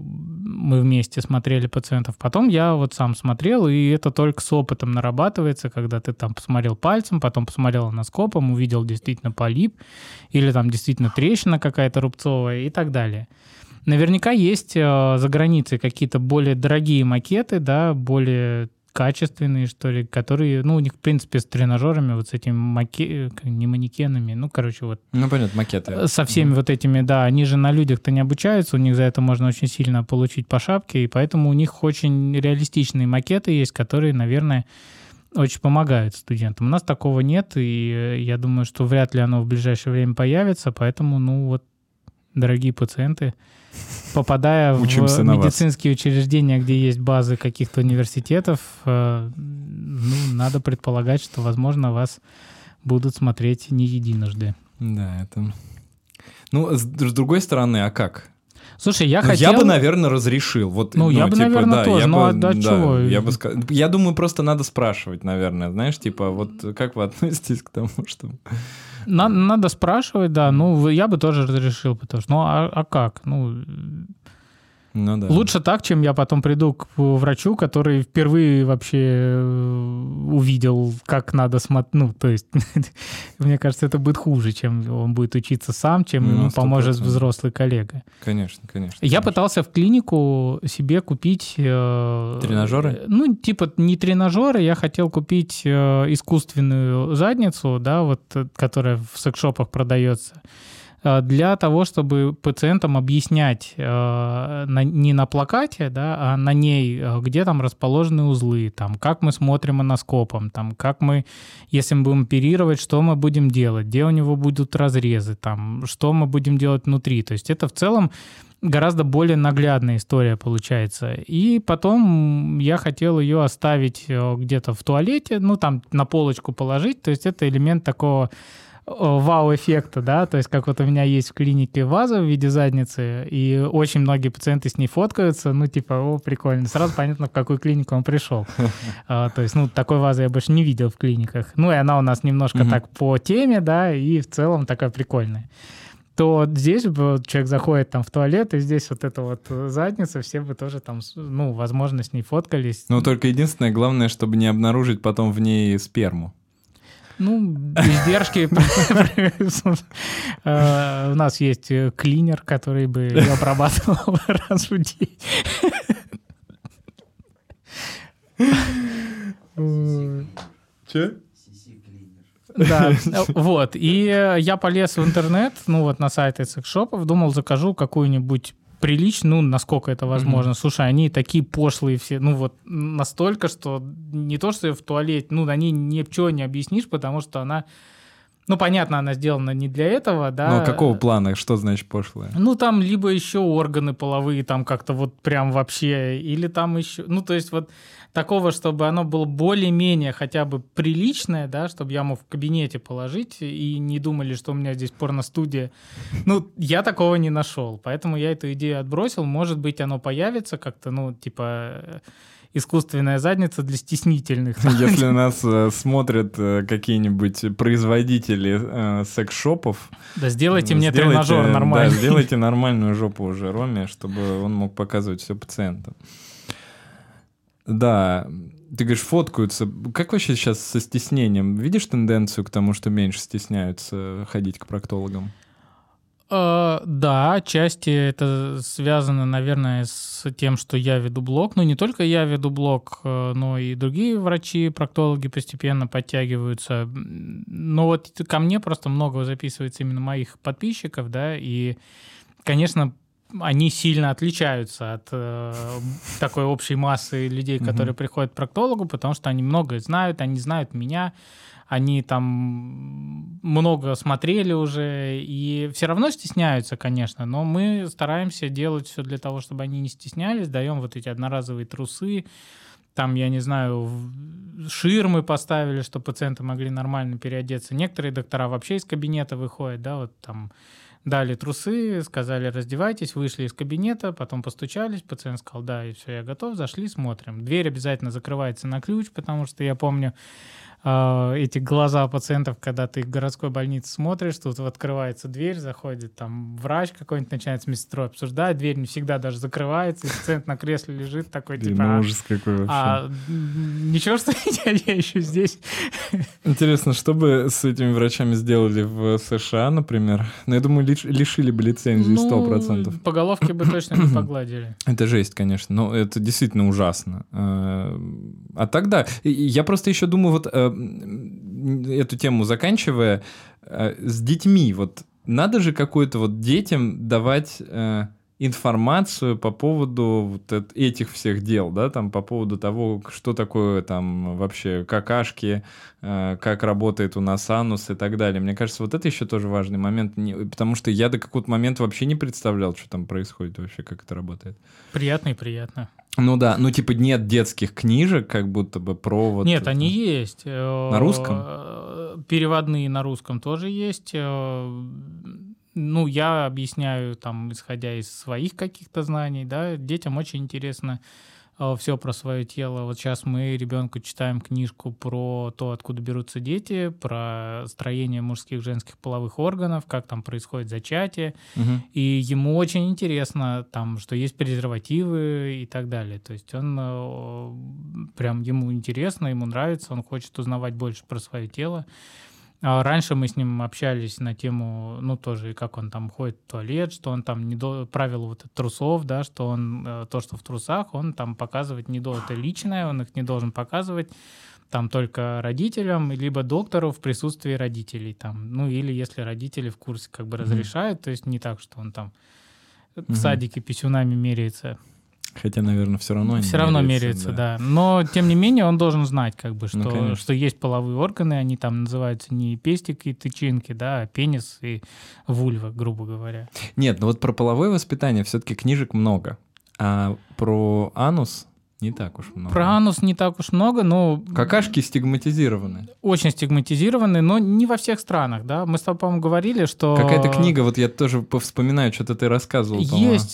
мы вместе смотрели пациентов. Потом я вот сам смотрел, и это только с опытом нарабатывается, когда ты там посмотрел пальцем, потом посмотрел аноскопом, увидел действительно полип, или там действительно трещина какая-то рубцовая и так далее. Наверняка есть за границей какие-то более дорогие макеты, да, более качественные, что ли, которые, ну, у них, в принципе, с тренажерами, вот с этими маке... не манекенами, ну, короче, вот. Ну, понятно, макеты. Со всеми mm-hmm. вот этими, да, они же на людях-то не обучаются, у них за это можно очень сильно получить по шапке, и поэтому у них очень реалистичные макеты есть, которые, наверное, очень помогают студентам. У нас такого нет, и я думаю, что вряд ли оно в ближайшее время появится, поэтому, ну, вот, дорогие пациенты, попадая Учимся в медицинские учреждения, где есть базы каких-то университетов, ну, надо предполагать, что, возможно, вас будут смотреть не единожды. Да, это... Ну, с, с другой стороны, а как? Слушай, я ну, хотел... Я бы, наверное, разрешил. Вот, ну, ну, я бы, типа, наверное, да, тоже. Я ну, бы, а да, да, чего? Я, бы сказал... я думаю, просто надо спрашивать, наверное. Знаешь, типа, вот как вы относитесь к тому, что... Надо, надо спрашивать, да. Ну, я бы тоже разрешил, потому что... Ну, а, а как? Ну... Ну, да. Лучше так, чем я потом приду к врачу, который впервые вообще увидел, как надо смотреть. Ну, то есть, мне кажется, это будет хуже, чем он будет учиться сам, чем ну, ему поможет взрослый коллега. Конечно, конечно. Я конечно. пытался в клинику себе купить... Э, тренажеры? Ну, типа не тренажеры, я хотел купить э, искусственную задницу, да, вот, которая в секс-шопах продается, для того, чтобы пациентам объяснять э, на, не на плакате, да, а на ней, где там расположены узлы, там, как мы смотрим аноскопом, там, как мы, если мы будем оперировать, что мы будем делать, где у него будут разрезы, там, что мы будем делать внутри. То есть это в целом гораздо более наглядная история получается. И потом я хотел ее оставить где-то в туалете, ну, там, на полочку положить. То есть это элемент такого вау-эффекта, да, то есть как вот у меня есть в клинике ваза в виде задницы, и очень многие пациенты с ней фоткаются, ну, типа, о, прикольно, сразу понятно, в какую клинику он пришел. То есть, ну, такой вазы я больше не видел в клиниках. Ну, и она у нас немножко так по теме, да, и в целом такая прикольная. То здесь бы человек заходит там в туалет, и здесь вот эта вот задница, все бы тоже там, ну, возможно, с ней фоткались. Ну, только единственное, главное, чтобы не обнаружить потом в ней сперму. Ну, издержки. У нас есть клинер, который бы ее обрабатывал раз в день. Че? Да, вот. И я полез в интернет, ну вот на сайты секс-шопов, думал, закажу какую-нибудь приличную, ну, насколько это возможно. Mm-hmm. Слушай, они такие пошлые все, ну, вот настолько, что не то, что в туалете, ну, на ней ничего не объяснишь, потому что она, ну, понятно, она сделана не для этого, да. Ну, какого плана? Что значит пошлая? Ну, там либо еще органы половые, там как-то вот прям вообще, или там еще, ну, то есть вот такого, чтобы оно было более-менее хотя бы приличное, да, чтобы я мог в кабинете положить и не думали, что у меня здесь порностудия. Ну, я такого не нашел, поэтому я эту идею отбросил. Может быть, оно появится как-то, ну, типа искусственная задница для стеснительных. Если нас э, смотрят э, какие-нибудь производители э, секс-шопов... Да сделайте мне сделайте, тренажер нормальный. Да, сделайте нормальную жопу уже Роме, чтобы он мог показывать все пациентам. Да, ты говоришь, фоткаются. Как вообще сейчас со стеснением? Видишь тенденцию к тому, что меньше стесняются ходить к проктологам? Uh, да, отчасти это связано, наверное, с тем, что я веду блог. Ну, не только я веду блог, но и другие врачи, проктологи постепенно подтягиваются. Но вот ко мне просто много записывается именно моих подписчиков, да, и, конечно, они сильно отличаются от э, такой общей массы людей, которые mm-hmm. приходят к проктологу, потому что они многое знают, они знают меня, они там много смотрели уже, и все равно стесняются, конечно, но мы стараемся делать все для того, чтобы они не стеснялись, даем вот эти одноразовые трусы, там, я не знаю, ширмы поставили, чтобы пациенты могли нормально переодеться. Некоторые доктора вообще из кабинета выходят, да, вот там дали трусы, сказали, раздевайтесь, вышли из кабинета, потом постучались, пациент сказал, да, и все, я готов, зашли, смотрим. Дверь обязательно закрывается на ключ, потому что я помню э, эти глаза пациентов, когда ты в городской больнице смотришь, тут открывается дверь, заходит там врач какой-нибудь, начинает с медсестрой обсуждать, дверь не всегда даже закрывается, и пациент на кресле лежит такой, Блин, типа, ну, а, ужас какой вообще. А, ничего, что я, я еще здесь. Интересно, что бы с этими врачами сделали в США, например? Ну, я думаю, лишили бы лицензии сто процентов. Ну, по головке бы точно не погладили. Это жесть, конечно, но это действительно ужасно. А тогда, я просто еще думаю, вот эту тему заканчивая, с детьми, вот надо же какой-то вот детям давать информацию по поводу вот этих всех дел, да, там по поводу того, что такое там вообще какашки, э, как работает у нас анус и так далее. Мне кажется, вот это еще тоже важный момент, не, потому что я до какого-то момента вообще не представлял, что там происходит вообще, как это работает. Приятно и приятно. Ну да, ну типа нет детских книжек, как будто бы про вот... Нет, это... они есть. На русском? Переводные на русском тоже есть. ну, я объясняю, там, исходя из своих каких-то знаний, да, детям очень интересно все про свое тело. Вот сейчас мы ребенку читаем книжку про то, откуда берутся дети, про строение мужских, женских половых органов, как там происходит зачатие. Угу. И ему очень интересно, там, что есть презервативы и так далее. То есть он прям ему интересно, ему нравится, он хочет узнавать больше про свое тело. Раньше мы с ним общались на тему, ну, тоже, как он там ходит в туалет, что он там не до... правила вот трусов, да, что он, то, что в трусах, он там показывать не должен, это личное, он их не должен показывать, там, только родителям, либо доктору в присутствии родителей, там, ну, или если родители в курсе как бы разрешают, mm-hmm. то есть не так, что он там mm-hmm. в садике писюнами меряется. Хотя, наверное, все равно Все равно меряется, да. да. Но, тем не менее, он должен знать, как бы, что, ну, что есть половые органы, они там называются не пестики и тычинки, да, а пенис и вульва, грубо говоря. Нет, ну вот про половое воспитание все-таки книжек много, а про анус не так уж много. Про анус не так уж много, но... Какашки стигматизированы. Очень стигматизированы, но не во всех странах, да. Мы с тобой, по-моему, говорили, что... Какая-то книга, вот я тоже повспоминаю, что-то ты рассказывал, по-моему. Есть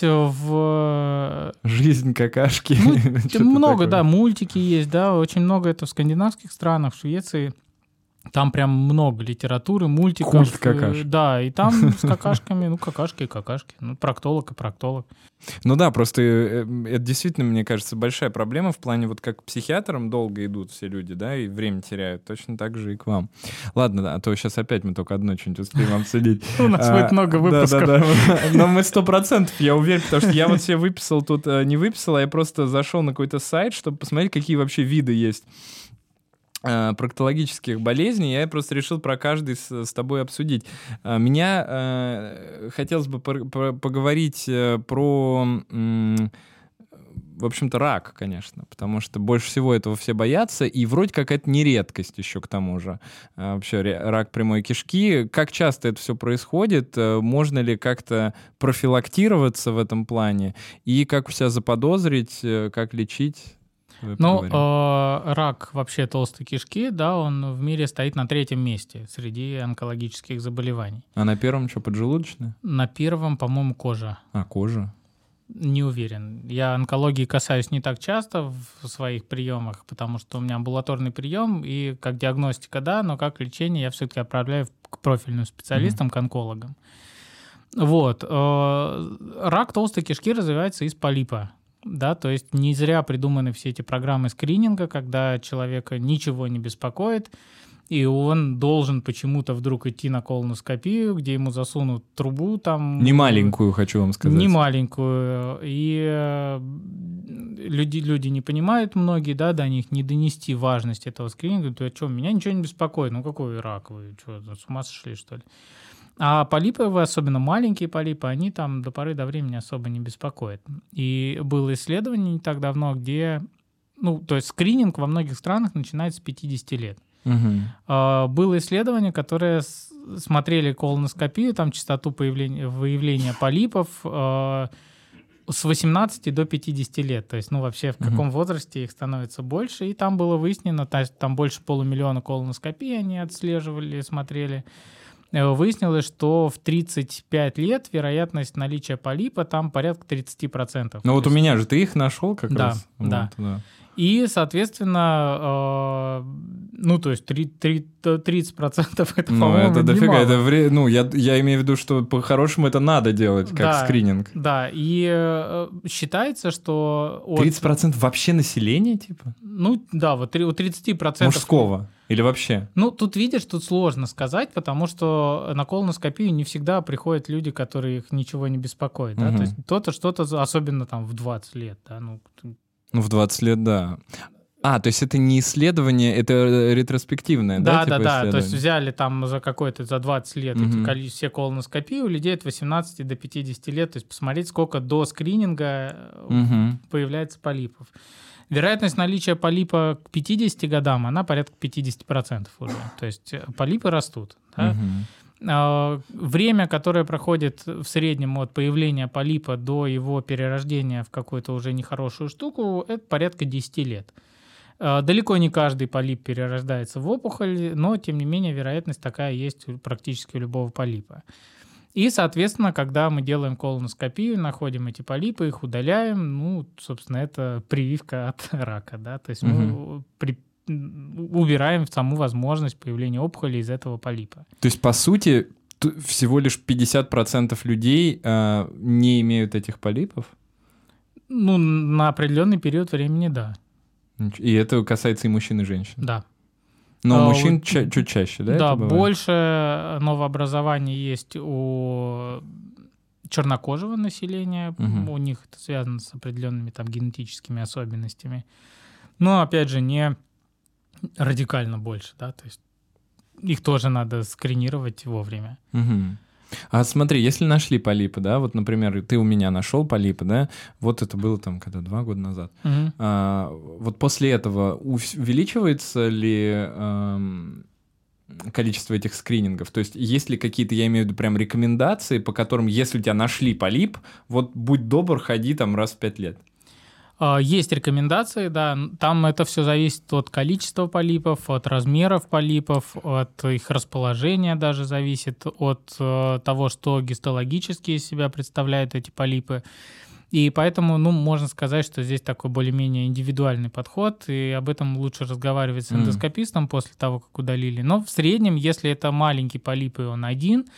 в... «Жизнь какашки». Ну, много, да, мультики есть, да, очень много это в скандинавских странах, в Швеции. Там прям много литературы, мультиков. Культ какашек. Да, и там с какашками, ну, какашки и какашки. Ну, проктолог и проктолог. Ну да, просто это действительно, мне кажется, большая проблема в плане, вот как к психиатрам долго идут все люди, да, и время теряют. Точно так же и к вам. Ладно, а то сейчас опять мы только одно что-нибудь успеем обсудить. У нас будет много выпусков. Да-да-да, но мы сто процентов, я уверен, потому что я вот себе выписал тут, не выписал, а я просто зашел на какой-то сайт, чтобы посмотреть, какие вообще виды есть проктологических болезней, я просто решил про каждый с, с тобой обсудить. Меня э, хотелось бы по- по- поговорить про, м, в общем-то, рак, конечно, потому что больше всего этого все боятся, и вроде как это не редкость еще к тому же. А, вообще рак прямой кишки. Как часто это все происходит? Можно ли как-то профилактироваться в этом плане? И как себя заподозрить, как лечить? Ну, э, рак вообще толстой кишки, да, он в мире стоит на третьем месте среди онкологических заболеваний. А на первом что, поджелудочная? На первом, по-моему, кожа. А, кожа? Не уверен. Я онкологии касаюсь не так часто в своих приемах, потому что у меня амбулаторный прием, и как диагностика, да, но как лечение я все-таки отправляю к профильным специалистам, mm-hmm. к онкологам. Вот. Э, рак толстой кишки развивается из полипа. Да, то есть не зря придуманы все эти программы скрининга, когда человека ничего не беспокоит, и он должен почему-то вдруг идти на колоноскопию, где ему засунут трубу там... Не маленькую, хочу вам сказать. Не маленькую. И люди, люди не понимают многие, да, до них не донести важность этого скрининга. То есть, что, меня ничего не беспокоит. Ну, какой рак? Вы что, с ума сошли, что ли? А полипы, особенно маленькие полипы, они там до поры до времени особо не беспокоят. И было исследование не так давно, где... Ну, то есть скрининг во многих странах начинается с пятидесяти лет. Угу. Было исследование, которое смотрели колоноскопию, там частоту появления, выявления полипов с восемнадцати до пятидесяти лет. То есть, ну, вообще в каком угу. возрасте их становится больше. И там было выяснено, там больше полумиллиона колоноскопий они отслеживали, смотрели. Выяснилось, что в тридцать пять лет вероятность наличия полипа там порядка тридцать процентов. Ну вот у меня же ты их нашел как да, раз. Да, вот, да. И, соответственно, э, ну, то есть тридцать процентов это, ну, по-моему, это дофига. Это вре... Ну, я, я имею в виду, что по-хорошему это надо делать, как да, скрининг. Да, и э, считается, что... От... тридцать процентов вообще населения, типа? Ну, да, вот у тридцати процентов... Мужского или вообще? Ну, тут, видишь, тут сложно сказать, потому что на колоноскопию не всегда приходят люди, которые их ничего не беспокоит. Да? Угу. То есть кто-то что-то, особенно там в двадцать лет, да, ну... Ну, в двадцать лет, да. А, то есть это не исследование, это ретроспективное, да? Да, да, типа да. То есть взяли там за какой-то, за двадцать лет mm-hmm. эти все колоноскопии у людей от восемнадцати до пятидесяти лет, то есть посмотреть, сколько до скрининга mm-hmm. появляется полипов. Вероятность наличия полипа к пятидесяти годам, она порядка пятьдесят процентов уже. То есть полипы растут, да? Mm-hmm. Время, которое проходит в среднем от появления полипа до его перерождения в какую-то уже нехорошую штуку, это порядка десять лет. Далеко не каждый полип перерождается в опухоль, но, тем не менее, вероятность такая есть практически у любого полипа. И, соответственно, когда мы делаем колоноскопию, находим эти полипы, их удаляем, ну, собственно, это прививка от рака, да, то есть угу. мы при, убираем саму возможность появления опухоли из этого полипа. То есть, по сути, всего лишь пятьдесят процентов людей э, не имеют этих полипов? Ну, на определенный период времени, да. И это касается и мужчин, и женщин? Да. Но у а, мужчин вот, ча- чуть чаще, да? Да, больше новообразований есть у чернокожего населения. Угу. У них это связано с определенными там генетическими особенностями. Но, опять же, не радикально больше, да, то есть их тоже надо скринировать вовремя. Угу. А смотри, если нашли полипы, да, вот, например, ты у меня нашел полипы, да, вот это было там когда, два года назад. Угу. А, вот после этого увеличивается ли эм, количество этих скринингов? То есть есть ли какие-то, я имею в виду, прям рекомендации, по которым, если у тебя нашли полип, вот будь добр, ходи там раз в пять лет? Есть рекомендации, да, там это все зависит от количества полипов, от размеров полипов, от их расположения даже зависит, от того, что гистологически из себя представляют эти полипы. И поэтому, ну, можно сказать, что здесь такой более-менее индивидуальный подход, и об этом лучше разговаривать с эндоскопистом mm. после того, как удалили. Но в среднем, если это маленький полип и он один,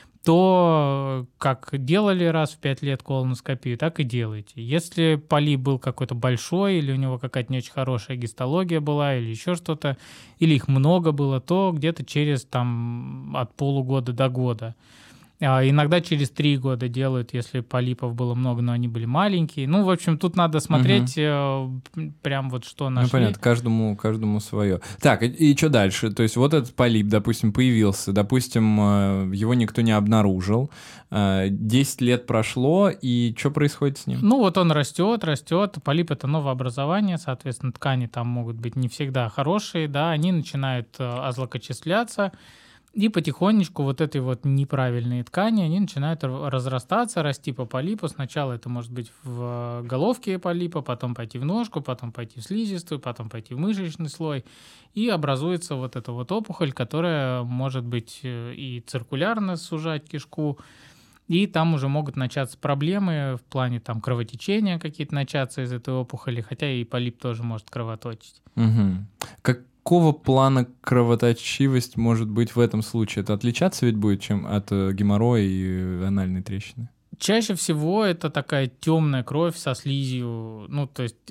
то как делали раз в пять лет колоноскопию, так и делайте. Если полип был какой-то большой, или у него какая-то не очень хорошая гистология была, или еще что-то, или их много было, то где-то через там, от полугода до года. А иногда через три года делают, если полипов было много, но они были маленькие. Ну, в общем, тут надо смотреть угу. прям вот что нашли. Ну, понятно, каждому, каждому свое. Так, и, и что дальше? То есть вот этот полип, допустим, появился, допустим, его никто не обнаружил, десять лет прошло, и что происходит с ним? Ну, вот он растет, растет. Полип — это новообразование, соответственно, ткани там могут быть не всегда хорошие, да, они начинают озлокочисляться, и потихонечку вот эти вот неправильные ткани, они начинают разрастаться, расти по полипу. Сначала это может быть в головке полипа, потом пойти в ножку, потом пойти в слизистую, потом пойти в мышечный слой. И образуется вот эта вот опухоль, которая может быть и циркулярно сужать кишку, и там уже могут начаться проблемы в плане там кровотечения какие-то начаться из этой опухоли, хотя и полип тоже может кровоточить. Угу. Как Какого плана кровоточивость может быть в этом случае? Это отличаться ведь будет, чем от геморроя и анальной трещины? Чаще всего это такая темная кровь со слизью. Ну, то есть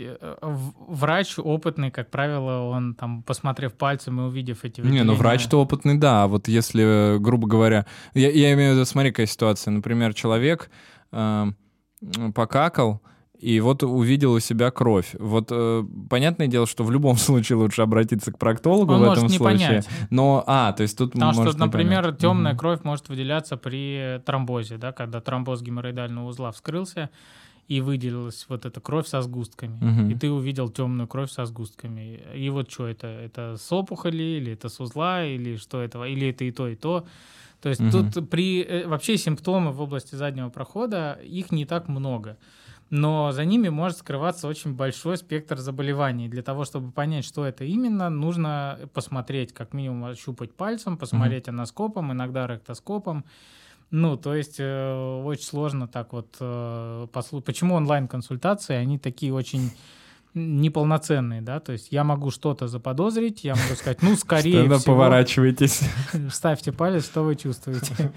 врач опытный, как правило, он там, посмотрев пальцем и увидев эти выделения... Не, ну врач-то опытный, да. А вот если, грубо говоря... Я, я имею в виду, смотри, какая ситуация. Например, человек э, покакал, и вот увидел у себя кровь. Вот э, понятное дело, что в любом случае лучше обратиться к проктологу Он в может этом не случае. Понять. Но, а, то есть тут Потому может что, например, понять. темная угу. кровь может выделяться при тромбозе, да, когда тромбоз геморроидального узла вскрылся, и выделилась вот эта кровь со сгустками. Угу. И ты увидел темную кровь со сгустками. И вот что это? Это с опухоли, или это с узла, или что это? Или это и то, и то. То есть угу. тут при... Вообще симптомы в области заднего прохода, их не так много. Но за ними может скрываться очень большой спектр заболеваний. Для того, чтобы понять, что это именно, нужно посмотреть, как минимум ощупать пальцем, посмотреть mm-hmm. аноскопом, иногда ректоскопом. Ну, то есть э, очень сложно так вот э, послушать. Почему онлайн-консультации, они такие очень неполноценные, да? То есть я могу что-то заподозрить, я могу сказать, ну, скорее всего... Поворачивайтесь. Вставьте палец, что вы чувствуете.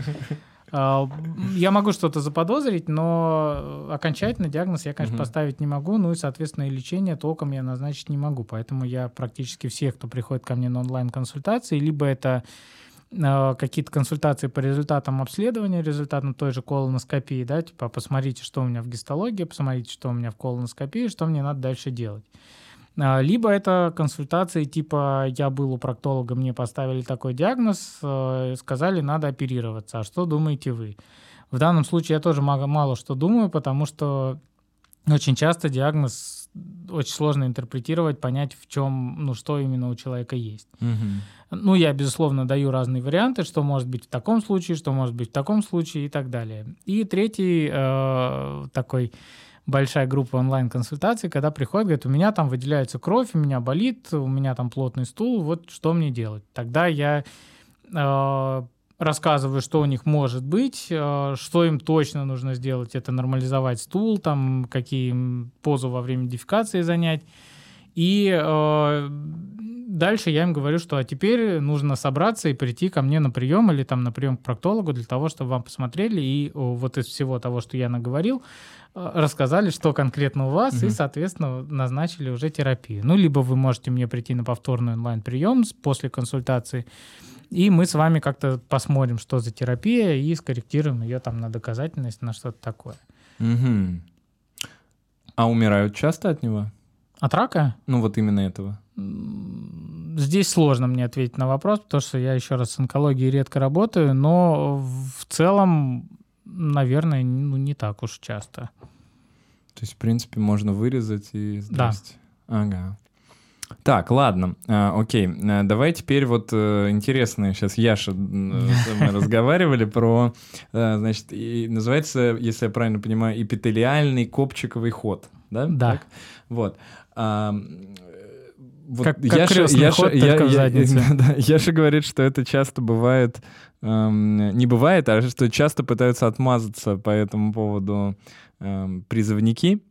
Я могу что-то заподозрить, но окончательно диагноз я, конечно, uh-huh. поставить не могу, ну и, соответственно, и лечение толком я назначить не могу. Поэтому я практически всех, кто приходит ко мне на онлайн-консультации, либо это э, какие-то консультации по результатам обследования, результатам той же колоноскопии, да, типа посмотрите, что у меня в гистологии, посмотрите, что у меня в колоноскопии, что мне надо дальше делать. Либо это консультации типа «я был у проктолога, мне поставили такой диагноз, сказали, надо оперироваться, а что думаете вы?» В данном случае я тоже мало, мало что думаю, потому что очень часто диагноз очень сложно интерпретировать, понять, в чем, ну, что именно у человека есть. Угу. Ну, я, безусловно, даю разные варианты, что может быть в таком случае, что может быть в таком случае и так далее. И третий э, такой... большая группа онлайн-консультаций, когда приходят, говорят, у меня там выделяется кровь, у меня болит, у меня там плотный стул, вот что мне делать? Тогда я э, рассказываю, что у них может быть, что им точно нужно сделать. Это нормализовать стул, там, какие им позу во время дефекации занять. И э, дальше я им говорю, что а теперь нужно собраться и прийти ко мне на прием или там на прием к проктологу для того, чтобы вам посмотрели и вот из всего того, что я наговорил, рассказали, что конкретно у вас, угу. и, соответственно, назначили уже терапию. Ну, либо вы можете мне прийти на повторный онлайн-прием после консультации, и мы с вами как-то посмотрим, что за терапия, и скорректируем ее там на доказательность, на что-то такое. Угу. А умирают часто от него? От рака? Ну, вот именно этого. Здесь сложно мне ответить на вопрос, потому что я, еще раз, с онкологией редко работаю, но в целом, наверное, ну, не так уж часто. То есть, в принципе, можно вырезать и здрасте. Да. Ага. Так, ладно, а, окей. Давай теперь вот интересно, сейчас Яша, мы разговаривали про, значит, и называется, если я правильно понимаю, эпителиальный копчиковый ход, да? Да. Так? Вот. А, вот как как Яша, крестный Яша, ход, я, только я, в заднице. Я, да, Яша говорит, что это часто бывает, эм, не бывает, а что часто пытаются отмазаться по этому поводу эм, призывники,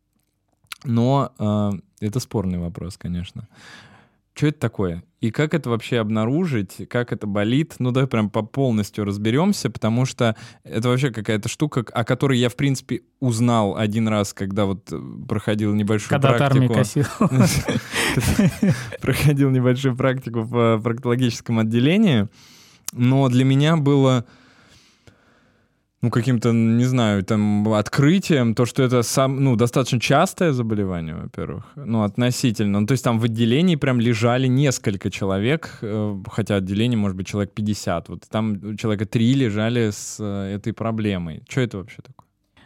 но э, это спорный вопрос, конечно. Что это такое? И как это вообще обнаружить? Как это болит? Ну, давай прям по полностью разберемся, потому что это вообще какая-то штука, о которой я, в принципе, узнал один раз, когда вот проходил небольшую когда практику. Когда ты армию косил. Проходил небольшую практику в проктологическом отделении. Но для меня было... ну, каким-то, не знаю, там, открытием, то, что это сам, ну, достаточно частое заболевание, во-первых, ну, относительно. Ну, то есть там в отделении прям лежали несколько человек, хотя отделение, может быть, человек пятьдесят. Вот там человека три лежали с этой проблемой. Что это вообще такое?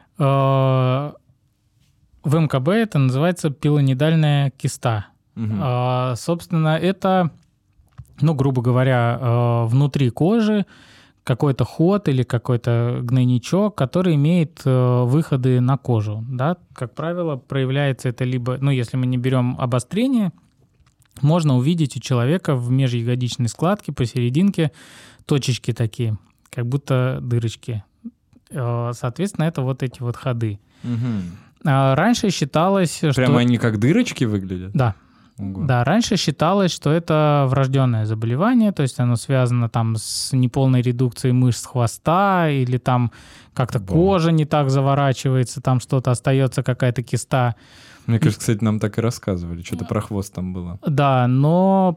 В эм ка бэ это называется пилонидальная киста. Угу. Собственно, это, ну, грубо говоря, внутри кожи какой-то ход или какой-то гнойничок, который имеет э, выходы на кожу. Да? Как правило, проявляется это либо, ну, если мы не берем обострение, можно увидеть у человека в межягодичной складке посерединке точечки такие, как будто дырочки. Э, соответственно, это вот эти вот ходы. Угу. А раньше считалось, Прямо что... Прямо они как дырочки выглядят? Да. Ого. Да, раньше считалось, что это врожденное заболевание, то есть оно связано там с неполной редукцией мышц хвоста или там как-то Бом. кожа не так заворачивается, там что-то остается, какая-то киста. Мне кажется, кстати, нам так и рассказывали, что-то про хвост там было. Да, но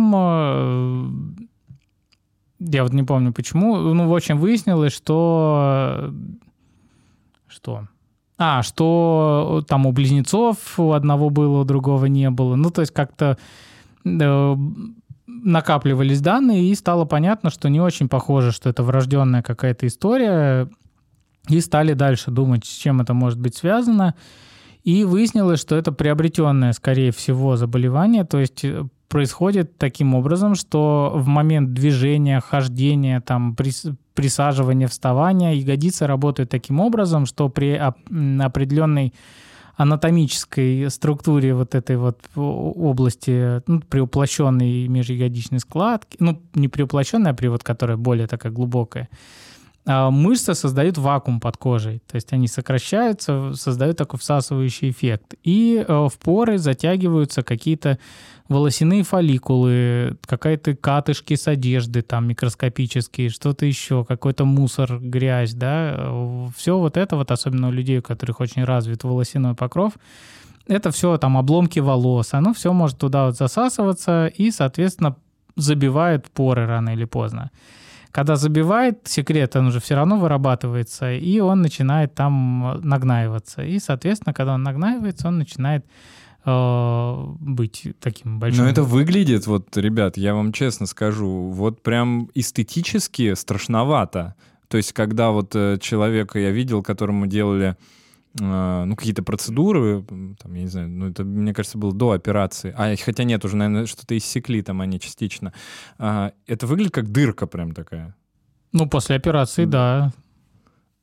потом, я вот не помню почему, ну, в общем, выяснилось, что... Что... А, что там у близнецов у одного было, у другого не было. Ну, то есть как-то э, накапливались данные, и стало понятно, что не очень похоже, что это врожденная какая-то история. И стали дальше думать, с чем это может быть связано. И выяснилось, что это приобретенное, скорее всего, заболевание. То есть происходит таким образом, что в момент движения, хождения, там, прис- присаживания, вставания ягодицы работают таким образом, что при определенной анатомической структуре вот этой вот области, ну, при уплощенной межягодичной складке, ну, не при уплощенной, а при вот которая более такая глубокая, мышцы создают вакуум под кожей, то есть они сокращаются, создают такой всасывающий эффект. И в поры затягиваются какие-то волосяные фолликулы, какие-то катышки с одежды там микроскопические, что-то еще, какой-то мусор, грязь, да. Все вот это вот, особенно у людей, у которых очень развит волосяной покров, это все там обломки волос, оно все может туда вот засасываться и, соответственно, забивает поры рано или поздно. Когда забивает, секрет, он уже все равно вырабатывается, и он начинает там нагнаиваться. И, соответственно, когда он нагнаивается, он начинает э, быть таким большим. Но это выглядит, вот, ребят, я вам честно скажу, вот прям эстетически страшновато. То есть, когда вот человека я видел, которому делали э, ну, какие-то процедуры, там, я не знаю, ну, это, мне кажется, было до операции. А, хотя нет, уже, наверное, что-то иссекли там они частично. А, это выглядит как дырка прям такая. Ну, после операции, да.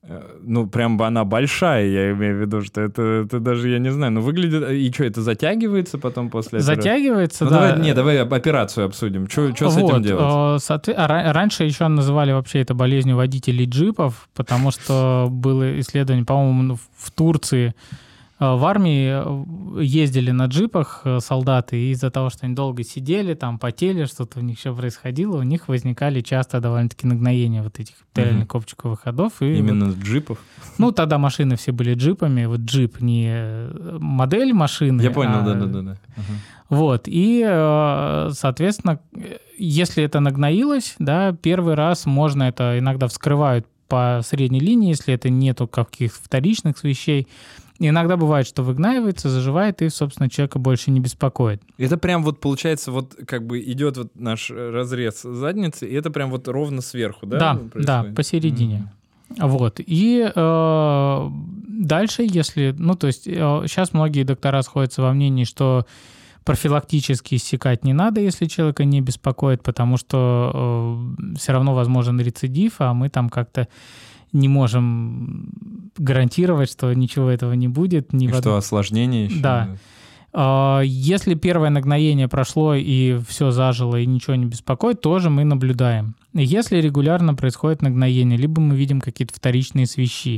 Ну, прям бы она большая, я имею в виду, что это, это даже, я не знаю, ну, выглядит... И что, это затягивается потом после операции? Затягивается, ну, да. Давай, не, давай операцию обсудим. Что вот, с этим делать? Соответ... Раньше еще называли вообще это болезнью водителей джипов, потому что было исследование, по-моему, в Турции. В армии ездили на джипах солдаты, и из-за того, что они долго сидели, там потели, что-то у них еще происходило, у них возникали часто довольно-таки нагноения вот этих артериально-копчиковых ходов. И именно вот, джипов? Ну, тогда машины все были джипами. Вот джип не модель машины. Я понял, а... да-да-да. Вот, и, соответственно, если это нагноилось, да, первый раз можно это иногда вскрывают по средней линии, если это нету каких-то вторичных вещей. Иногда бывает, что выгнаивается, заживает, и, собственно, человека больше не беспокоит. Это прям вот получается, вот как бы идет вот наш разрез задницы, и это прям вот ровно сверху, да? Да, да, посередине. Mm-hmm. Вот. И э, дальше, если... Ну, то есть э, сейчас многие доктора сходятся во мнении, что профилактически иссекать не надо, если человека не беспокоит, потому что э, все равно возможен рецидив, а мы там как-то не можем гарантировать, что ничего этого не будет. Ни и в... что осложнения еще? Да. Если первое нагноение прошло и все зажило, и ничего не беспокоит, тоже мы наблюдаем. Если регулярно происходит нагноение, либо мы видим какие-то вторичные свищи,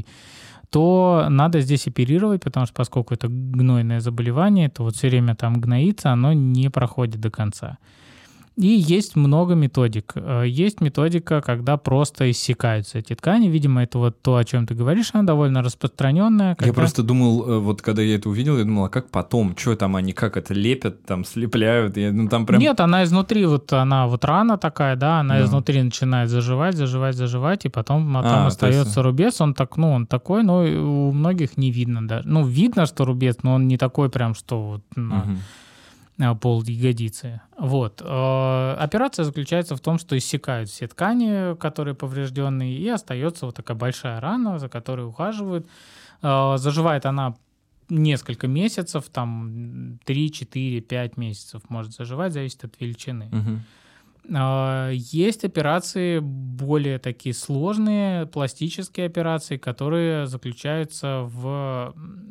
то надо здесь оперировать, потому что поскольку это гнойное заболевание, то вот все время там гноится, оно не проходит до конца. И есть много методик. Есть методика, когда просто иссякаются эти ткани. Видимо, это вот то, о чем ты говоришь, она довольно распространенная. Когда... Я просто думал, вот когда я это увидел, я думал, а как потом? Что там они, как это лепят, там слепляют? Я, ну, там прям... Нет, она изнутри, вот она вот рана такая, да, она да. изнутри начинает заживать, заживать, заживать, и потом а, там а, остается есть... рубец. Он так, ну, он такой, но у многих не видно даже. Ну, видно, что рубец, но он не такой прям, что вот... На... Угу. пол ягодицы. Вот. Операция заключается в том, что иссякают все ткани, которые поврежденные, и остается вот такая большая рана, за которой ухаживают. Заживает она несколько месяцев, там три, четыре, пять месяцев может заживать, зависит от величины. Угу. Есть операции более такие сложные, пластические операции, которые заключаются в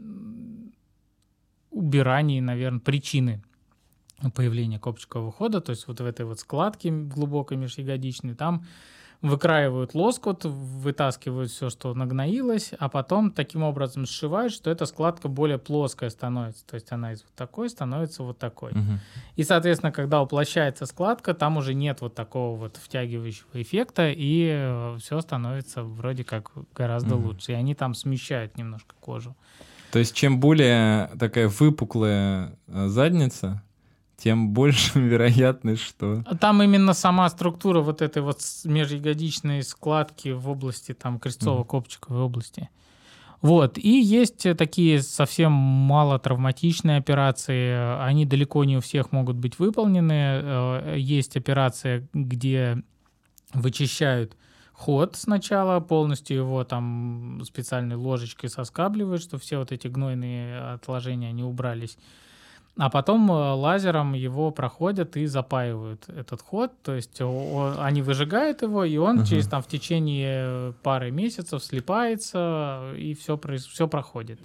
убирании, наверное, причины появления копчикового хода, то есть вот в этой вот складке глубокой межягодичной, там выкраивают лоскут, вытаскивают все, что нагноилось, а потом таким образом сшивают, что эта складка более плоская становится, то есть она из вот такой становится вот такой. Угу. И, соответственно, когда уплощается складка, там уже нет вот такого вот втягивающего эффекта, и все становится вроде как гораздо угу. лучше, и они там смещают немножко кожу. То есть чем более такая выпуклая задница, тем больше вероятность, что... Там именно сама структура вот этой вот межягодичной складки в области там крестцово-копчиковой области. Вот. И есть такие совсем мало травматичные операции. Они далеко не у всех могут быть выполнены. Есть операция, где вычищают ход сначала, полностью его там специальной ложечкой соскабливают, чтобы все вот эти гнойные отложения, они убрались. А потом лазером его проходят и запаивают этот ход. То есть он, они выжигают его, и он uh-huh. через там в течение пары месяцев слипается, и все, все проходит.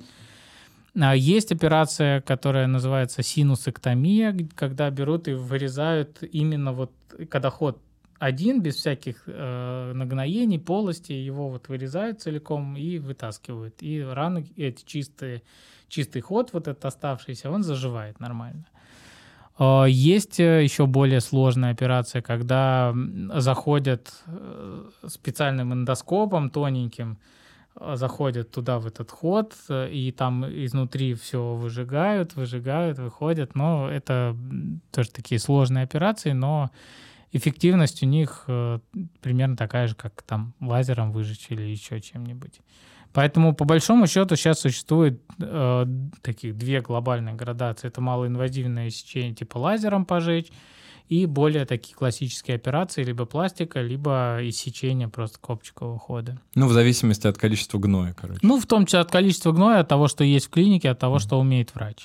Есть операция, которая называется синусэктомия, когда берут и вырезают именно вот, когда ход один, без всяких э, нагноений, полости, его вот вырезают целиком и вытаскивают. И раны эти чистые, чистый ход, вот этот оставшийся, он заживает нормально. Э, есть еще более сложная операция, когда заходят специальным эндоскопом тоненьким, заходят туда, в этот ход, и там изнутри все выжигают, выжигают, выходят. Но это тоже такие сложные операции, но эффективность у них э, примерно такая же, как там лазером выжечь или еще чем-нибудь. Поэтому, по большому счету, сейчас существует э, таких две глобальные градации. Это малоинвазивное сечение типа лазером пожечь и более такие классические операции, либо пластика, либо иссечение просто копчикового хода. Ну, в зависимости от количества гноя, короче. Ну, в том числе от количества гноя, от того, что есть в клинике, от того, mm. что умеет врач.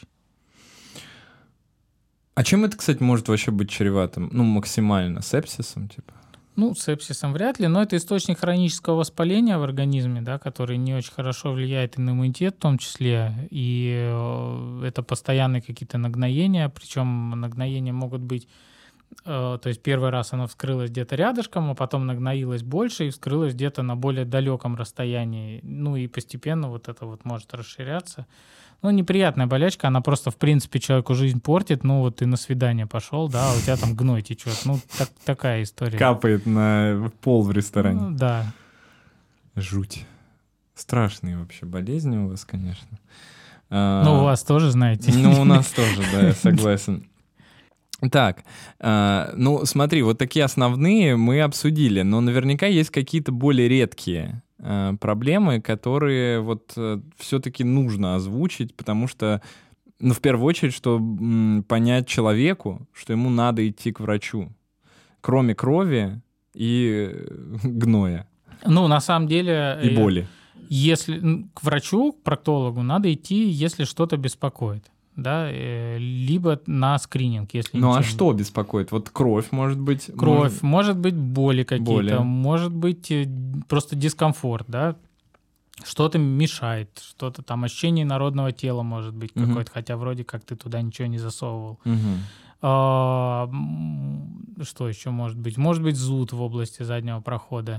А чем это, кстати, может вообще быть чреватым? Ну, максимально сепсисом, типа? Ну, сепсисом вряд ли, но это источник хронического воспаления в организме, да, который не очень хорошо влияет и на иммунитет в том числе, и это постоянные какие-то нагноения, причем нагноения могут быть, то есть первый раз оно вскрылось где-то рядышком, а потом нагноилось больше и вскрылось где-то на более далеком расстоянии, ну и постепенно вот это вот может расширяться. Ну, неприятная болячка, она просто, в принципе, человеку жизнь портит. Ну, вот ты на свидание пошел, да, а у тебя там гной течет. Ну, так, такая история. Капает на пол в ресторане. Ну, да. Жуть. Страшные вообще болезни у вас, конечно. Ну, у вас тоже, знаете. Ну, у нас тоже, да, я согласен. Так, э, ну смотри, вот такие основные мы обсудили, но наверняка есть какие-то более редкие э, проблемы, которые вот э, все-таки нужно озвучить, потому что, ну, в первую очередь, что м, понять человеку, что ему надо идти к врачу, кроме крови и гноя. Ну, на самом деле... И боли. Если к врачу, к проктологу надо идти, если что-то беспокоит. Да, либо на скрининг, если Ну ничем... а что беспокоит? Вот кровь, может быть... Кровь, может, может быть боли какие-то, боли. Может быть просто дискомфорт, да, что-то мешает, что-то там, ощущение народного тела может быть угу. какое-то, хотя вроде как ты туда ничего не засовывал. Угу. А, что еще может быть? Может быть зуд в области заднего прохода.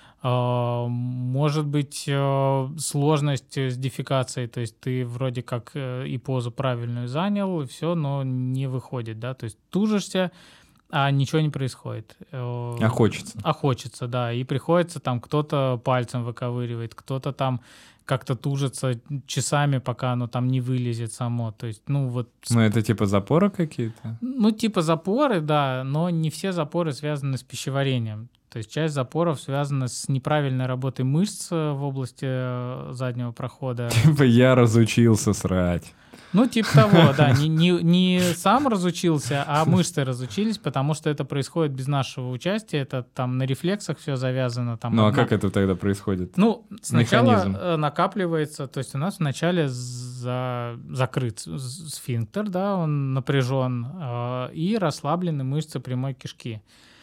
Может быть сложность с дефекацией, то есть ты вроде как и позу правильную занял, и все, но не выходит, да, то есть тужишься, а ничего не происходит. А хочется. А хочется, да, и приходится там кто-то пальцем выковыривает, кто-то там как-то тужится часами, пока оно там не вылезет само, то есть, ну вот... Ну это типа запоры какие-то? Ну типа запоры, да, но не все запоры связаны с пищеварением. То есть часть запоров связана с неправильной работой мышц в области заднего прохода. Типа я разучился срать. Ну, типа того, да. Не, не, не сам разучился, а мышцы разучились, потому что это происходит без нашего участия. Это там на рефлексах все завязано. Там, ну, одна... а как это тогда происходит? Ну, сначала Механизм. накапливается, то есть у нас вначале за... закрыт сфинктер, да, он напряжен, и расслаблены мышцы прямой кишки.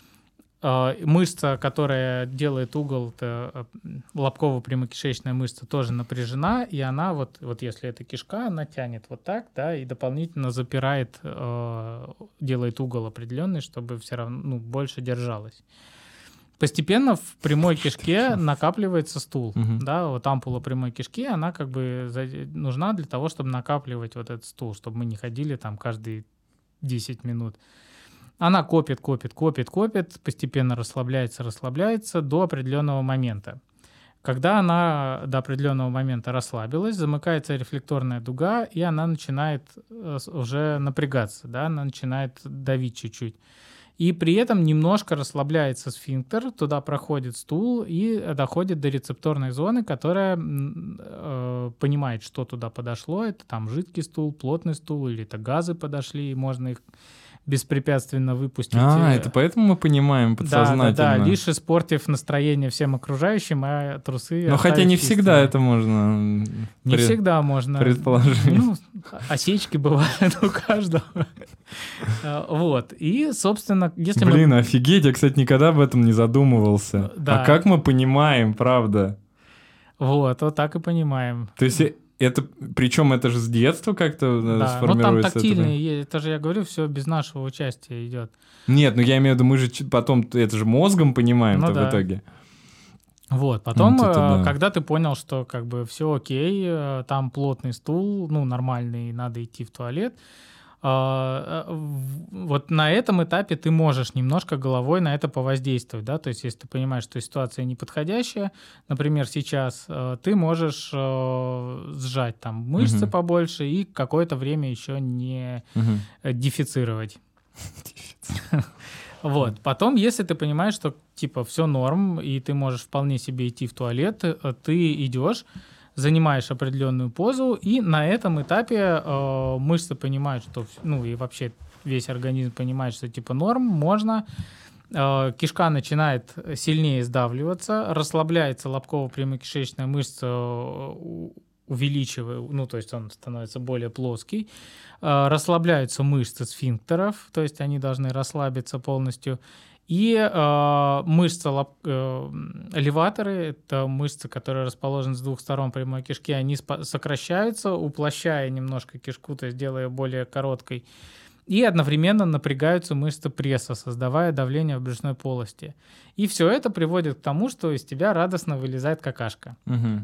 Мышца, которая делает угол, это лобково-прямокишечная мышца, тоже напряжена, и она вот, вот если это кишка, она тянет вот так, да, и дополнительно запирает, делает угол определенный, чтобы все равно ну, больше держалась. Постепенно в прямой кишке накапливается стул, uh-huh. да, вот ампула прямой кишки, она как бы нужна для того, чтобы накапливать вот этот стул, чтобы мы не ходили там каждые десять минут. Она копит, копит, копит, копит, постепенно расслабляется, расслабляется до определенного момента. Когда она до определенного момента расслабилась, замыкается рефлекторная дуга, и она начинает уже напрягаться, да, она начинает давить чуть-чуть. И при этом немножко расслабляется сфинктер, туда проходит стул и доходит до рецепторной зоны, которая э, понимает, что туда подошло. Это там жидкий стул, плотный стул, или это газы подошли, и можно их беспрепятственно выпустить. А, это поэтому мы понимаем подсознательно. Да, да, да, лишь испортив настроение всем окружающим, а трусы... Ну, хотя не чистыми. Всегда это можно... Не пред... всегда можно. Предположить. Ну, осечки бывают у каждого. Вот. И, собственно, если Блин, мы... офигеть, я, кстати, никогда об этом не задумывался. Да. А как мы понимаем, правда? Вот, вот так и понимаем. То есть... Это, причем это же с детства как-то да, сформируется? Ну там тактильные, это, это же, я говорю, все без нашего участия идет. Нет, ну я имею в виду, мы же потом, это же мозгом понимаем-то ну, да. в итоге. Вот, потом, вот это, да. когда ты понял, что как бы все окей, там плотный стул, ну нормальный, надо идти в туалет, вот на этом этапе ты можешь немножко головой на это повоздействовать, да, то есть если ты понимаешь, что ситуация неподходящая, например, сейчас, ты можешь сжать там мышцы угу. побольше и какое-то время еще не угу. дефицировать. Вот. Потом, если ты понимаешь, что типа все норм, и ты можешь вполне себе идти в туалет, ты идешь, занимаешь определенную позу, и на этом этапе э, мышцы понимают, что, ну и вообще весь организм понимает, что типа норм, можно. Э, кишка начинает сильнее сдавливаться, расслабляется лобково-прямокишечная мышца, увеличивая, ну то есть он становится более плоский. Э, расслабляются мышцы сфинктеров, то есть они должны расслабиться полностью. И э, мышцы лап, э, элеваторы, это мышцы, которые расположены с двух сторон прямой кишки, они спа- сокращаются, уплощая немножко кишку, то есть делая ее более короткой. И одновременно напрягаются мышцы пресса, создавая давление в брюшной полости. И все это приводит к тому, что из тебя радостно вылезает какашка. Угу.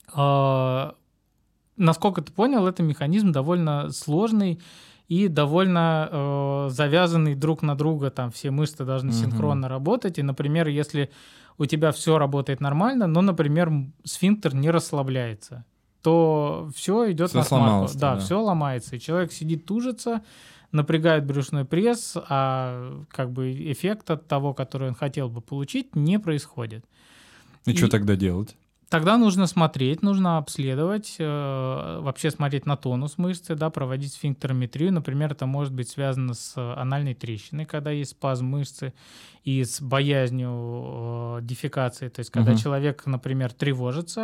Э, насколько ты понял, это механизм довольно сложный и довольно э, завязанный друг на друга. Там все мышцы должны Мгм. синхронно работать. И, например, если у тебя все работает нормально, но, например, м, сфинктер не расслабляется, то все идет Всё на смарку. сломалось-то, Да, да. все ломается. И человек сидит, тужится, напрягает брюшной пресс, а как бы эффект от того, который он хотел бы получить, не происходит. И, И- что тогда делать? Тогда нужно смотреть, нужно обследовать, э, вообще смотреть на тонус мышцы, да, проводить сфинктерометрию. Например, это может быть связано с анальной трещиной, когда есть спазм мышцы, и с боязнью э, дефекации. То есть, когда Мгм. человек, например, тревожится,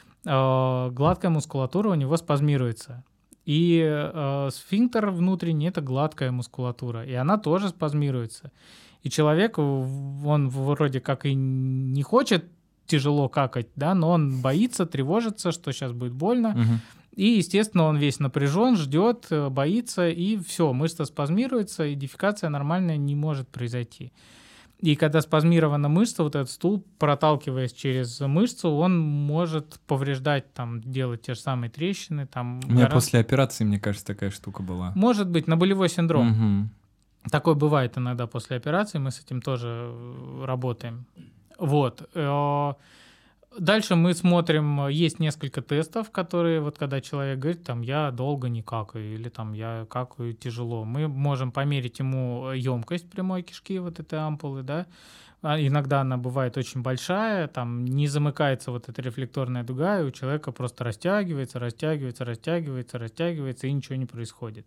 э, гладкая мускулатура у него спазмируется. И э, сфинктер внутренний — это гладкая мускулатура, и она тоже спазмируется. И человек, в- он вроде как и не хочет тяжело какать, да, но он боится, тревожится, что сейчас будет больно. Мгм. И, естественно, он весь напряжен, ждет, э, боится, и все, мышца спазмируется, и дефекация нормальная не может произойти. И когда спазмирована мышца, вот этот стул, проталкиваясь через мышцу, он может повреждать, там, делать те же самые трещины. Там, У меня гора- после операции, мне кажется, такая штука была. Может быть, на болевой синдром. Мгм. Такое бывает иногда после операции, мы с этим тоже э, работаем. Вот. Э, Дальше мы смотрим, есть несколько тестов, которые, вот когда человек говорит, там, я долго не какаю, или там, я какаю тяжело, мы можем померить ему емкость прямой кишки, вот этой ампулы, да. А иногда она бывает очень большая, там не замыкается вот эта рефлекторная дуга, и у человека просто растягивается, растягивается, растягивается, растягивается, и ничего не происходит.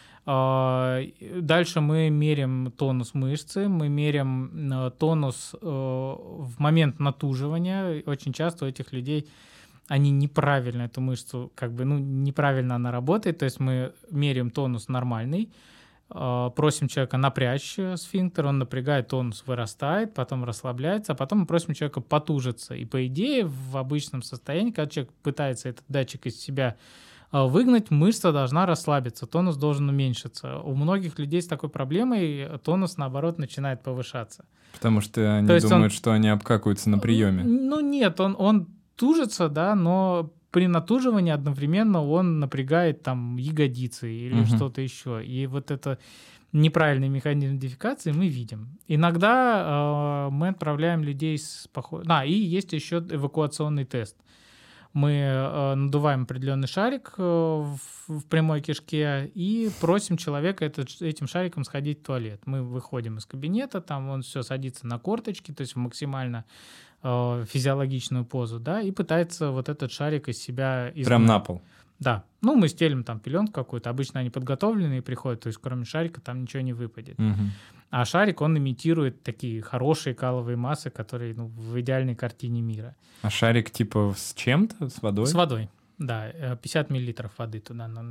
А, Дальше мы меряем тонус мышцы, мы меряем э, тонус э, в момент натуживания. Очень часто у этих людей они неправильно эту мышцу, как бы, ну, неправильно она работает, то есть мы меряем тонус нормальный, э, просим человека напрячь сфинктер, он напрягает, тонус вырастает, потом расслабляется, а потом мы просим человека потужиться. И по идее в обычном состоянии, когда человек пытается этот датчик из себя выгнать, мышца должна расслабиться, тонус должен уменьшиться. У многих людей с такой проблемой тонус, наоборот, начинает повышаться. Потому что они То есть думают, он- что они обкакиваются на приеме. Ну нет, он, он тужится, да, но при натуживании одновременно он напрягает там ягодицы или Мгм. что-то еще. И вот это неправильный механизм дефекации мы видим. Иногда э, мы отправляем людей с поход... А, и есть еще эвакуационный тест. Мы э, надуваем определенный шарик э, в, в прямой кишке и просим человека этот, этим шариком сходить в туалет. Мы выходим из кабинета, там он все садится на корточки, то есть в максимально э, физиологичную позу, да, и пытается вот этот шарик из себя изгнать. Прям на пол. Да. Ну, мы стелим там пеленку какую-то. Обычно они подготовленные приходят, то есть кроме шарика там ничего не выпадет. Мгм. А шарик, он имитирует такие хорошие каловые массы, которые, ну, в идеальной картине мира. А шарик типа с чем-то? С водой? С водой, да. э, пятьдесят миллилитров воды туда на-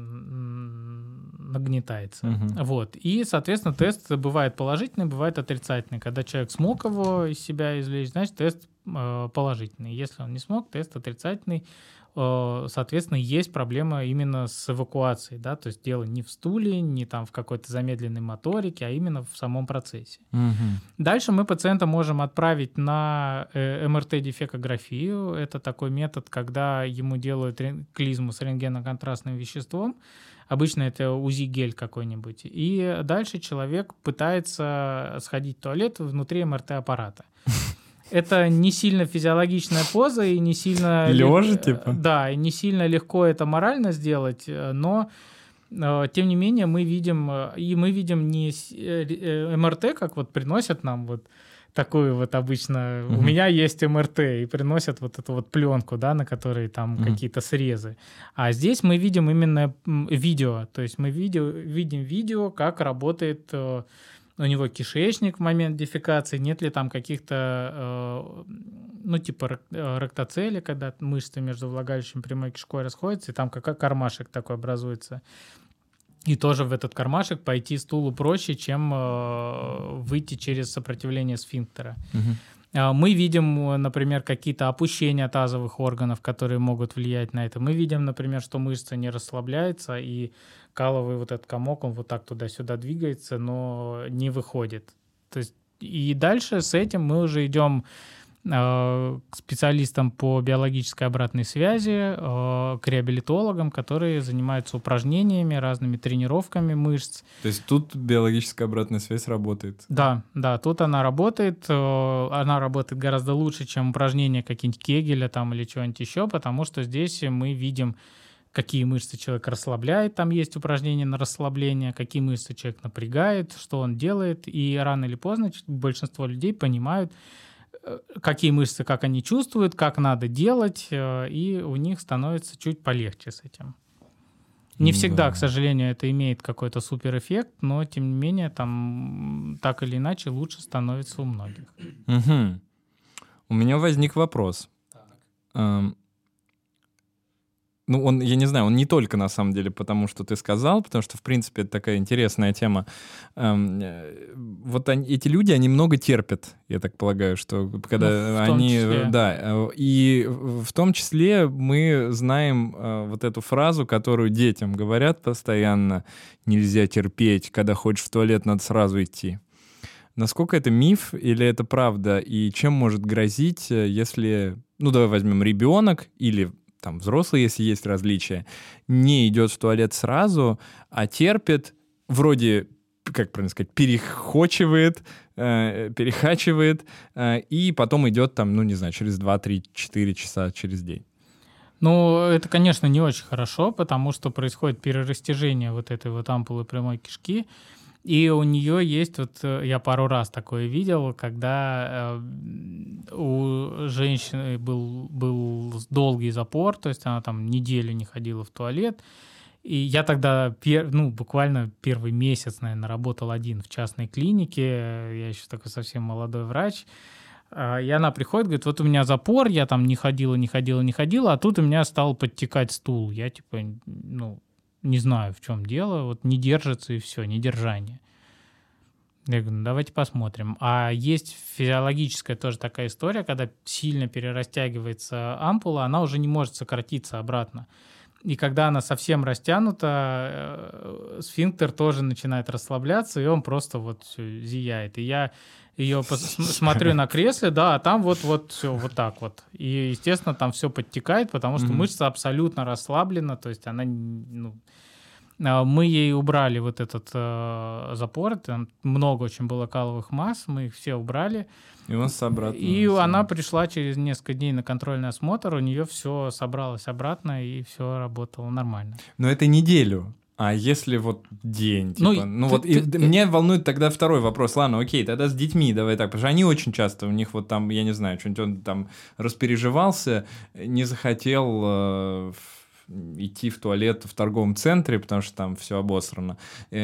н- нагнетается. Мгм. Вот. И, соответственно, тест бывает положительный, бывает отрицательный. Когда человек смог его из себя извлечь, значит, тест э, положительный. Если он не смог, тест отрицательный. Э, Соответственно, есть проблема именно с эвакуацией, да, то есть дело не в стуле, не там в какой-то замедленной моторике, а именно в самом процессе. Мгм. Дальше мы пациента можем отправить на э, эм эр тэ-дефекографию. Это такой метод, когда ему делают рен- клизму с рентгеноконтрастным веществом. Обычно это УЗИ-гель какой-нибудь. И дальше человек пытается сходить в туалет внутри эм эр тэ-аппарата. Это не сильно физиологичная поза и не сильно... Лёжа, лег- типа? Да, и не сильно легко это морально сделать, э, но э, тем не менее мы видим, э, и мы видим не с- э, э, эм эр тэ, как вот приносят нам вот такую вот обычно... У Мгм. меня есть эм эр тэ, и приносят вот эту вот пленку, да, на которой там Мгм. какие-то срезы. А здесь мы видим именно м, видео, то есть мы видео, видим видео, как работает... э, у него кишечник в момент дефекации, нет ли там каких-то, э, ну, типа рак- э, рактоцели, когда мышцы между влагалищем и прямой кишкой расходятся, и там как кармашек такой образуется. И тоже в этот кармашек пойти стулу проще, чем э, выйти через сопротивление сфинктера. Угу. Мы видим, например, какие-то опущения тазовых органов, которые могут влиять на это. Мы видим, например, что мышца не расслабляется, и каловый вот этот комок, он вот так туда-сюда двигается, но не выходит. То есть, и дальше с этим мы уже идем э, к специалистам по биологической обратной связи, э, к реабилитологам, которые занимаются упражнениями, разными тренировками мышц. То есть тут биологическая обратная связь работает? Да, да, тут она работает. Э, она работает гораздо лучше, чем упражнения какие-нибудь Кегеля там, или чего-нибудь еще, потому что здесь мы видим, какие мышцы человек расслабляет, там есть упражнения на расслабление, какие мышцы человек напрягает, что он делает, и рано или поздно большинство людей понимают, какие мышцы, как они чувствуют, как надо делать, и у них становится чуть полегче с этим. Не всегда, да. к сожалению, это имеет какой-то суперэффект, но, тем не менее, там так или иначе лучше становится у многих. Угу. У меня возник вопрос. Эм... Ну, он, я не знаю, он не только, на самом деле, потому что ты сказал, потому что, в принципе, это такая интересная тема. Эм, вот они, эти люди, они много терпят, я так полагаю, что когда ну, в том они... числе. Да, и в том числе мы знаем э, вот эту фразу, которую детям говорят постоянно: нельзя терпеть, когда хочешь в туалет, надо сразу идти. Насколько это миф или это правда? И чем может грозить, если, ну, давай возьмем ребенок или... там взрослый, если есть различия, не идет в туалет сразу, а терпит, вроде, как правильно сказать, перехочивает, э, перехачивает, э, и потом идет там, ну, не знаю, через два, три, четыре часа через день. Ну, это, конечно, не очень хорошо, потому что происходит перерастяжение вот этой вот ампулы прямой кишки, и у нее есть, вот я пару раз такое видел, когда э, у женщины был, был долгий запор, то есть она там неделю не ходила в туалет. И я тогда, пер, ну, буквально первый месяц, наверное, работал один в частной клинике, я еще такой совсем молодой врач. И она приходит, говорит: вот у меня запор, я там не ходила, не ходила, не ходила, а тут у меня стал подтекать стул. Я типа, ну... не знаю, в чем дело, вот не держится и все, недержание. Я говорю, ну давайте посмотрим. А есть физиологическая тоже такая история, когда сильно перерастягивается ампула, она уже не может сократиться обратно. И когда она совсем растянута, сфинктер тоже начинает расслабляться, и он просто вот зияет. И я ее пос- смотрю на кресле, да, а там вот, вот все вот так вот. И, естественно, там все подтекает, потому что mm-hmm. мышца абсолютно расслаблена, то есть она... Ну, мы ей убрали вот этот э, запор, там много очень было каловых масс, мы их все убрали. И он обратно. И все. Она пришла через несколько дней на контрольный осмотр, у нее все собралось обратно, и все работало нормально. Но это неделю. А если вот день, типа, ну, ну ты, вот ты, и, ты, меня волнует тогда второй вопрос. Ладно, окей, тогда с детьми давай так, потому что они очень часто, у них вот там, я не знаю, что-нибудь он там распереживался, не захотел э, идти в туалет в торговом центре, потому что там все обосрано,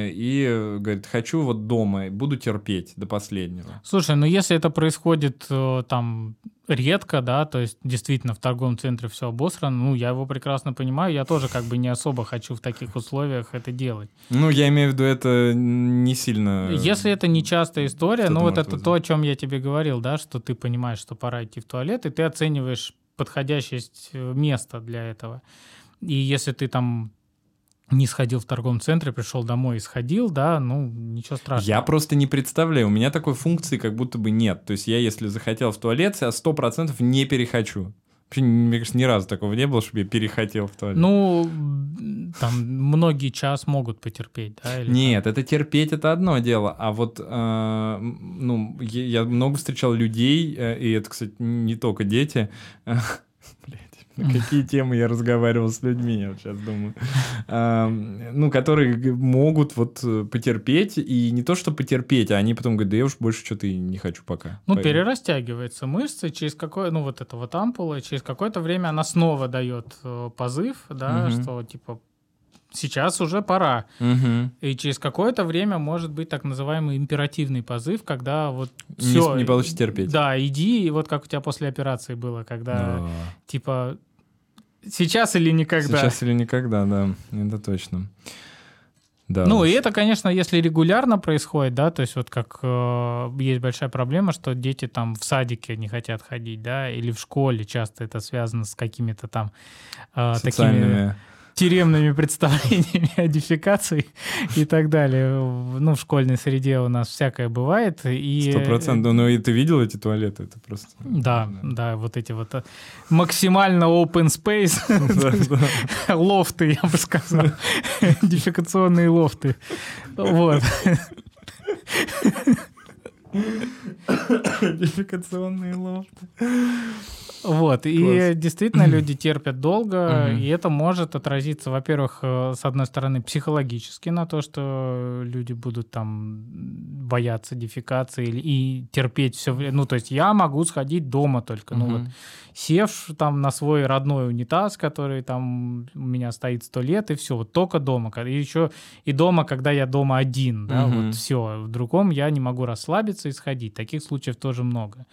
и говорит, хочу вот дома, буду терпеть до последнего. Слушай, ну если это происходит там редко, да, то есть действительно в торговом центре все обосрано, ну я его прекрасно понимаю, я тоже как бы не особо хочу в таких условиях это делать. Ну я имею в виду, это не сильно... Если это не частая история, ну вот это вызвать. То, о чем я тебе говорил, да, что ты понимаешь, что пора идти в туалет, и ты оцениваешь подходящесть места для этого. И если ты там не сходил в торговом центре, пришел домой и сходил, да, ну, ничего страшного. Я просто не представляю, у меня такой функции как будто бы нет. То есть я, если захотел в туалет, я сто процентов не перехочу. Вообще, мне кажется, ни разу такого не было, чтобы я перехотел в туалет. Ну, там многие час могут потерпеть, да? Или нет, там... это терпеть — это одно дело. А вот, э, ну, я много встречал людей, э, и это, кстати, не только дети, э, блядь. На какие темы я разговаривал с людьми, я вот сейчас думаю. А, ну, которые могут вот потерпеть, и не то, что потерпеть, а они потом говорят, да я уж больше что-то и не хочу пока. Ну, пойду. Перерастягивается мышца, через какое, ну, вот это вот ампула, через какое-то время она снова дает позыв, да, угу. что типа сейчас уже пора. Угу. И через какое-то время может быть так называемый императивный позыв, когда вот все... Не, не получится терпеть. Да, иди, и вот как у тебя после операции было, когда да. типа сейчас или никогда. Сейчас или никогда, да, это точно. Да, ну, уж. и это, конечно, если регулярно происходит, да, то есть вот как э, есть большая проблема, что дети там в садике не хотят ходить, да, или в школе часто это связано с какими-то там э, Социальными... такими тюремными представлениями о дефекации и так далее. Ну, в школьной среде у нас всякое бывает. Сто процентов. Ну, и ты видел эти туалеты? Это просто... Да, да, вот эти вот максимально open space, лофты, я бы сказал. Дефекационные лофты. Вот. Дефекационные лофты. Вот, и Класс. Действительно люди терпят долго, uh-huh. и это может отразиться, во-первых, с одной стороны, психологически на то, что люди будут там бояться дефекации и терпеть все время. Ну, то есть я могу сходить дома только, uh-huh. ну вот, сев там на свой родной унитаз, который там у меня стоит сто лет, и все, вот только дома. И еще и дома, когда я дома один, да, uh-huh. вот все. В другом я не могу расслабиться и сходить. Таких случаев тоже много.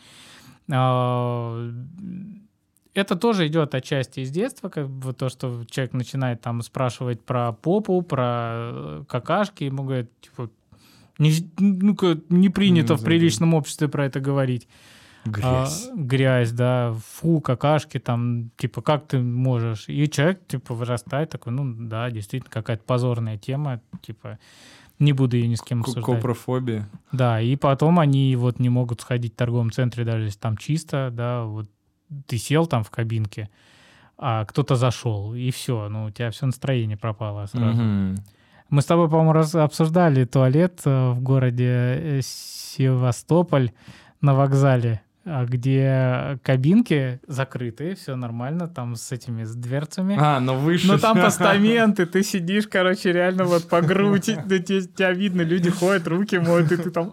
Это тоже идет отчасти из детства, как бы то, что человек начинает там спрашивать про попу, про какашки, ему говорят, типа, не, ну-ка, не принято mm-hmm. в приличном обществе про это говорить. Грязь. А, грязь, да, фу, какашки, там, типа, как ты можешь? И человек, типа, вырастает такой, ну, да, действительно, какая-то позорная тема, типа, не буду ее ни с кем обсуждать. Копрофобия. Да, и потом они вот не могут сходить в торговом центре, даже если там чисто, да, вот ты сел там в кабинке, а кто-то зашел, и все, ну, у тебя все настроение пропало сразу. Mm-hmm. Мы с тобой, по-моему, раз обсуждали туалет в городе Севастополь на вокзале, где кабинки закрыты, все нормально, там с этими с дверцами. А, но выше. Но там постаменты, ты сидишь, короче, реально вот по грудь, тебя видно, люди ходят, руки моют, и ты там...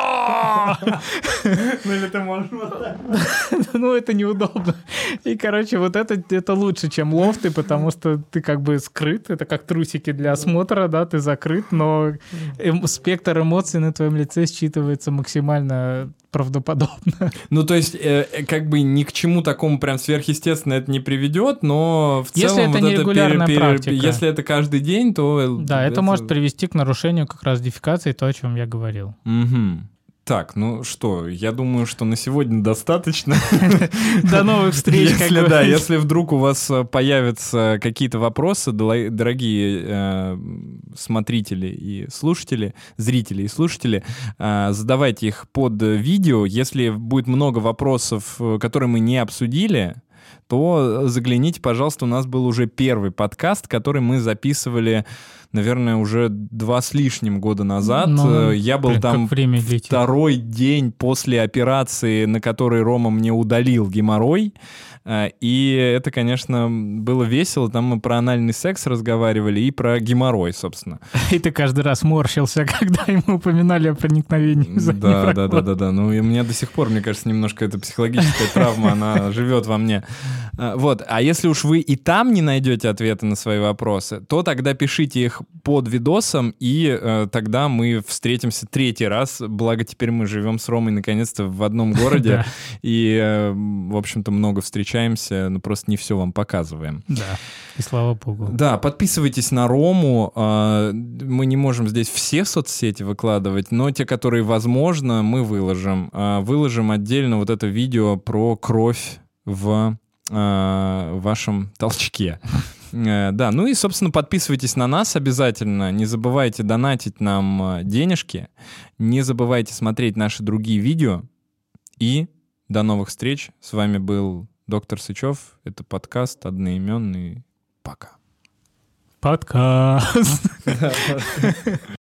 Ну или ты можешь... Ну это неудобно. И, короче, вот это, это лучше, чем лофты, потому что ты как бы скрыт, это как трусики для осмотра, да, ты закрыт, но эм, спектр эмоций на твоем лице считывается максимально правдоподобно. Ну, то есть, э, как бы ни к чему такому прям сверхъестественно это не приведет, но в если целом... это вот не регулярная пере, практика. Пере, если это каждый день, то... Да, это, это может привести к нарушению как раз дефекации, то, о чем я говорил. Угу. Так, ну что, я думаю, что на сегодня достаточно. До новых встреч. Если да, если вдруг у вас появятся какие-то вопросы, дорогие э, смотрители и слушатели, зрители и слушатели, э, задавайте их под видео. Если будет много вопросов, которые мы не обсудили, то загляните, пожалуйста, у нас был уже первый подкаст, который мы записывали, наверное, уже два с лишним года назад. Но, я был блин, там второй день после операции, на которой Рома мне удалил геморрой. И это, конечно, было весело. Там мы про анальный секс разговаривали и про геморрой, собственно. И ты каждый раз морщился, когда ему упоминали о проникновении. Да, да, да, да, да. Ну, и у меня до сих пор, мне кажется, немножко эта психологическая травма, она живет во мне. Вот. А если уж вы и там не найдете ответы на свои вопросы, то тогда пишите их под видосом, и э, тогда мы встретимся третий раз. Благо, теперь мы живем с Ромой наконец-то в одном городе, и, э, в общем-то, много встречаемся, но просто не все вам показываем. Да, и слава богу. Да, подписывайтесь на Рому. Э, мы не можем здесь все соцсети выкладывать, но те, которые возможно, мы выложим. Э, выложим отдельно вот это видео про кровь в э, вашем толчке. Да, ну и, собственно, подписывайтесь на нас обязательно. Не забывайте донатить нам денежки. Не забывайте смотреть наши другие видео. И до новых встреч. С вами был доктор Сычев. Это подкаст одноименный. Пока. Подкаст.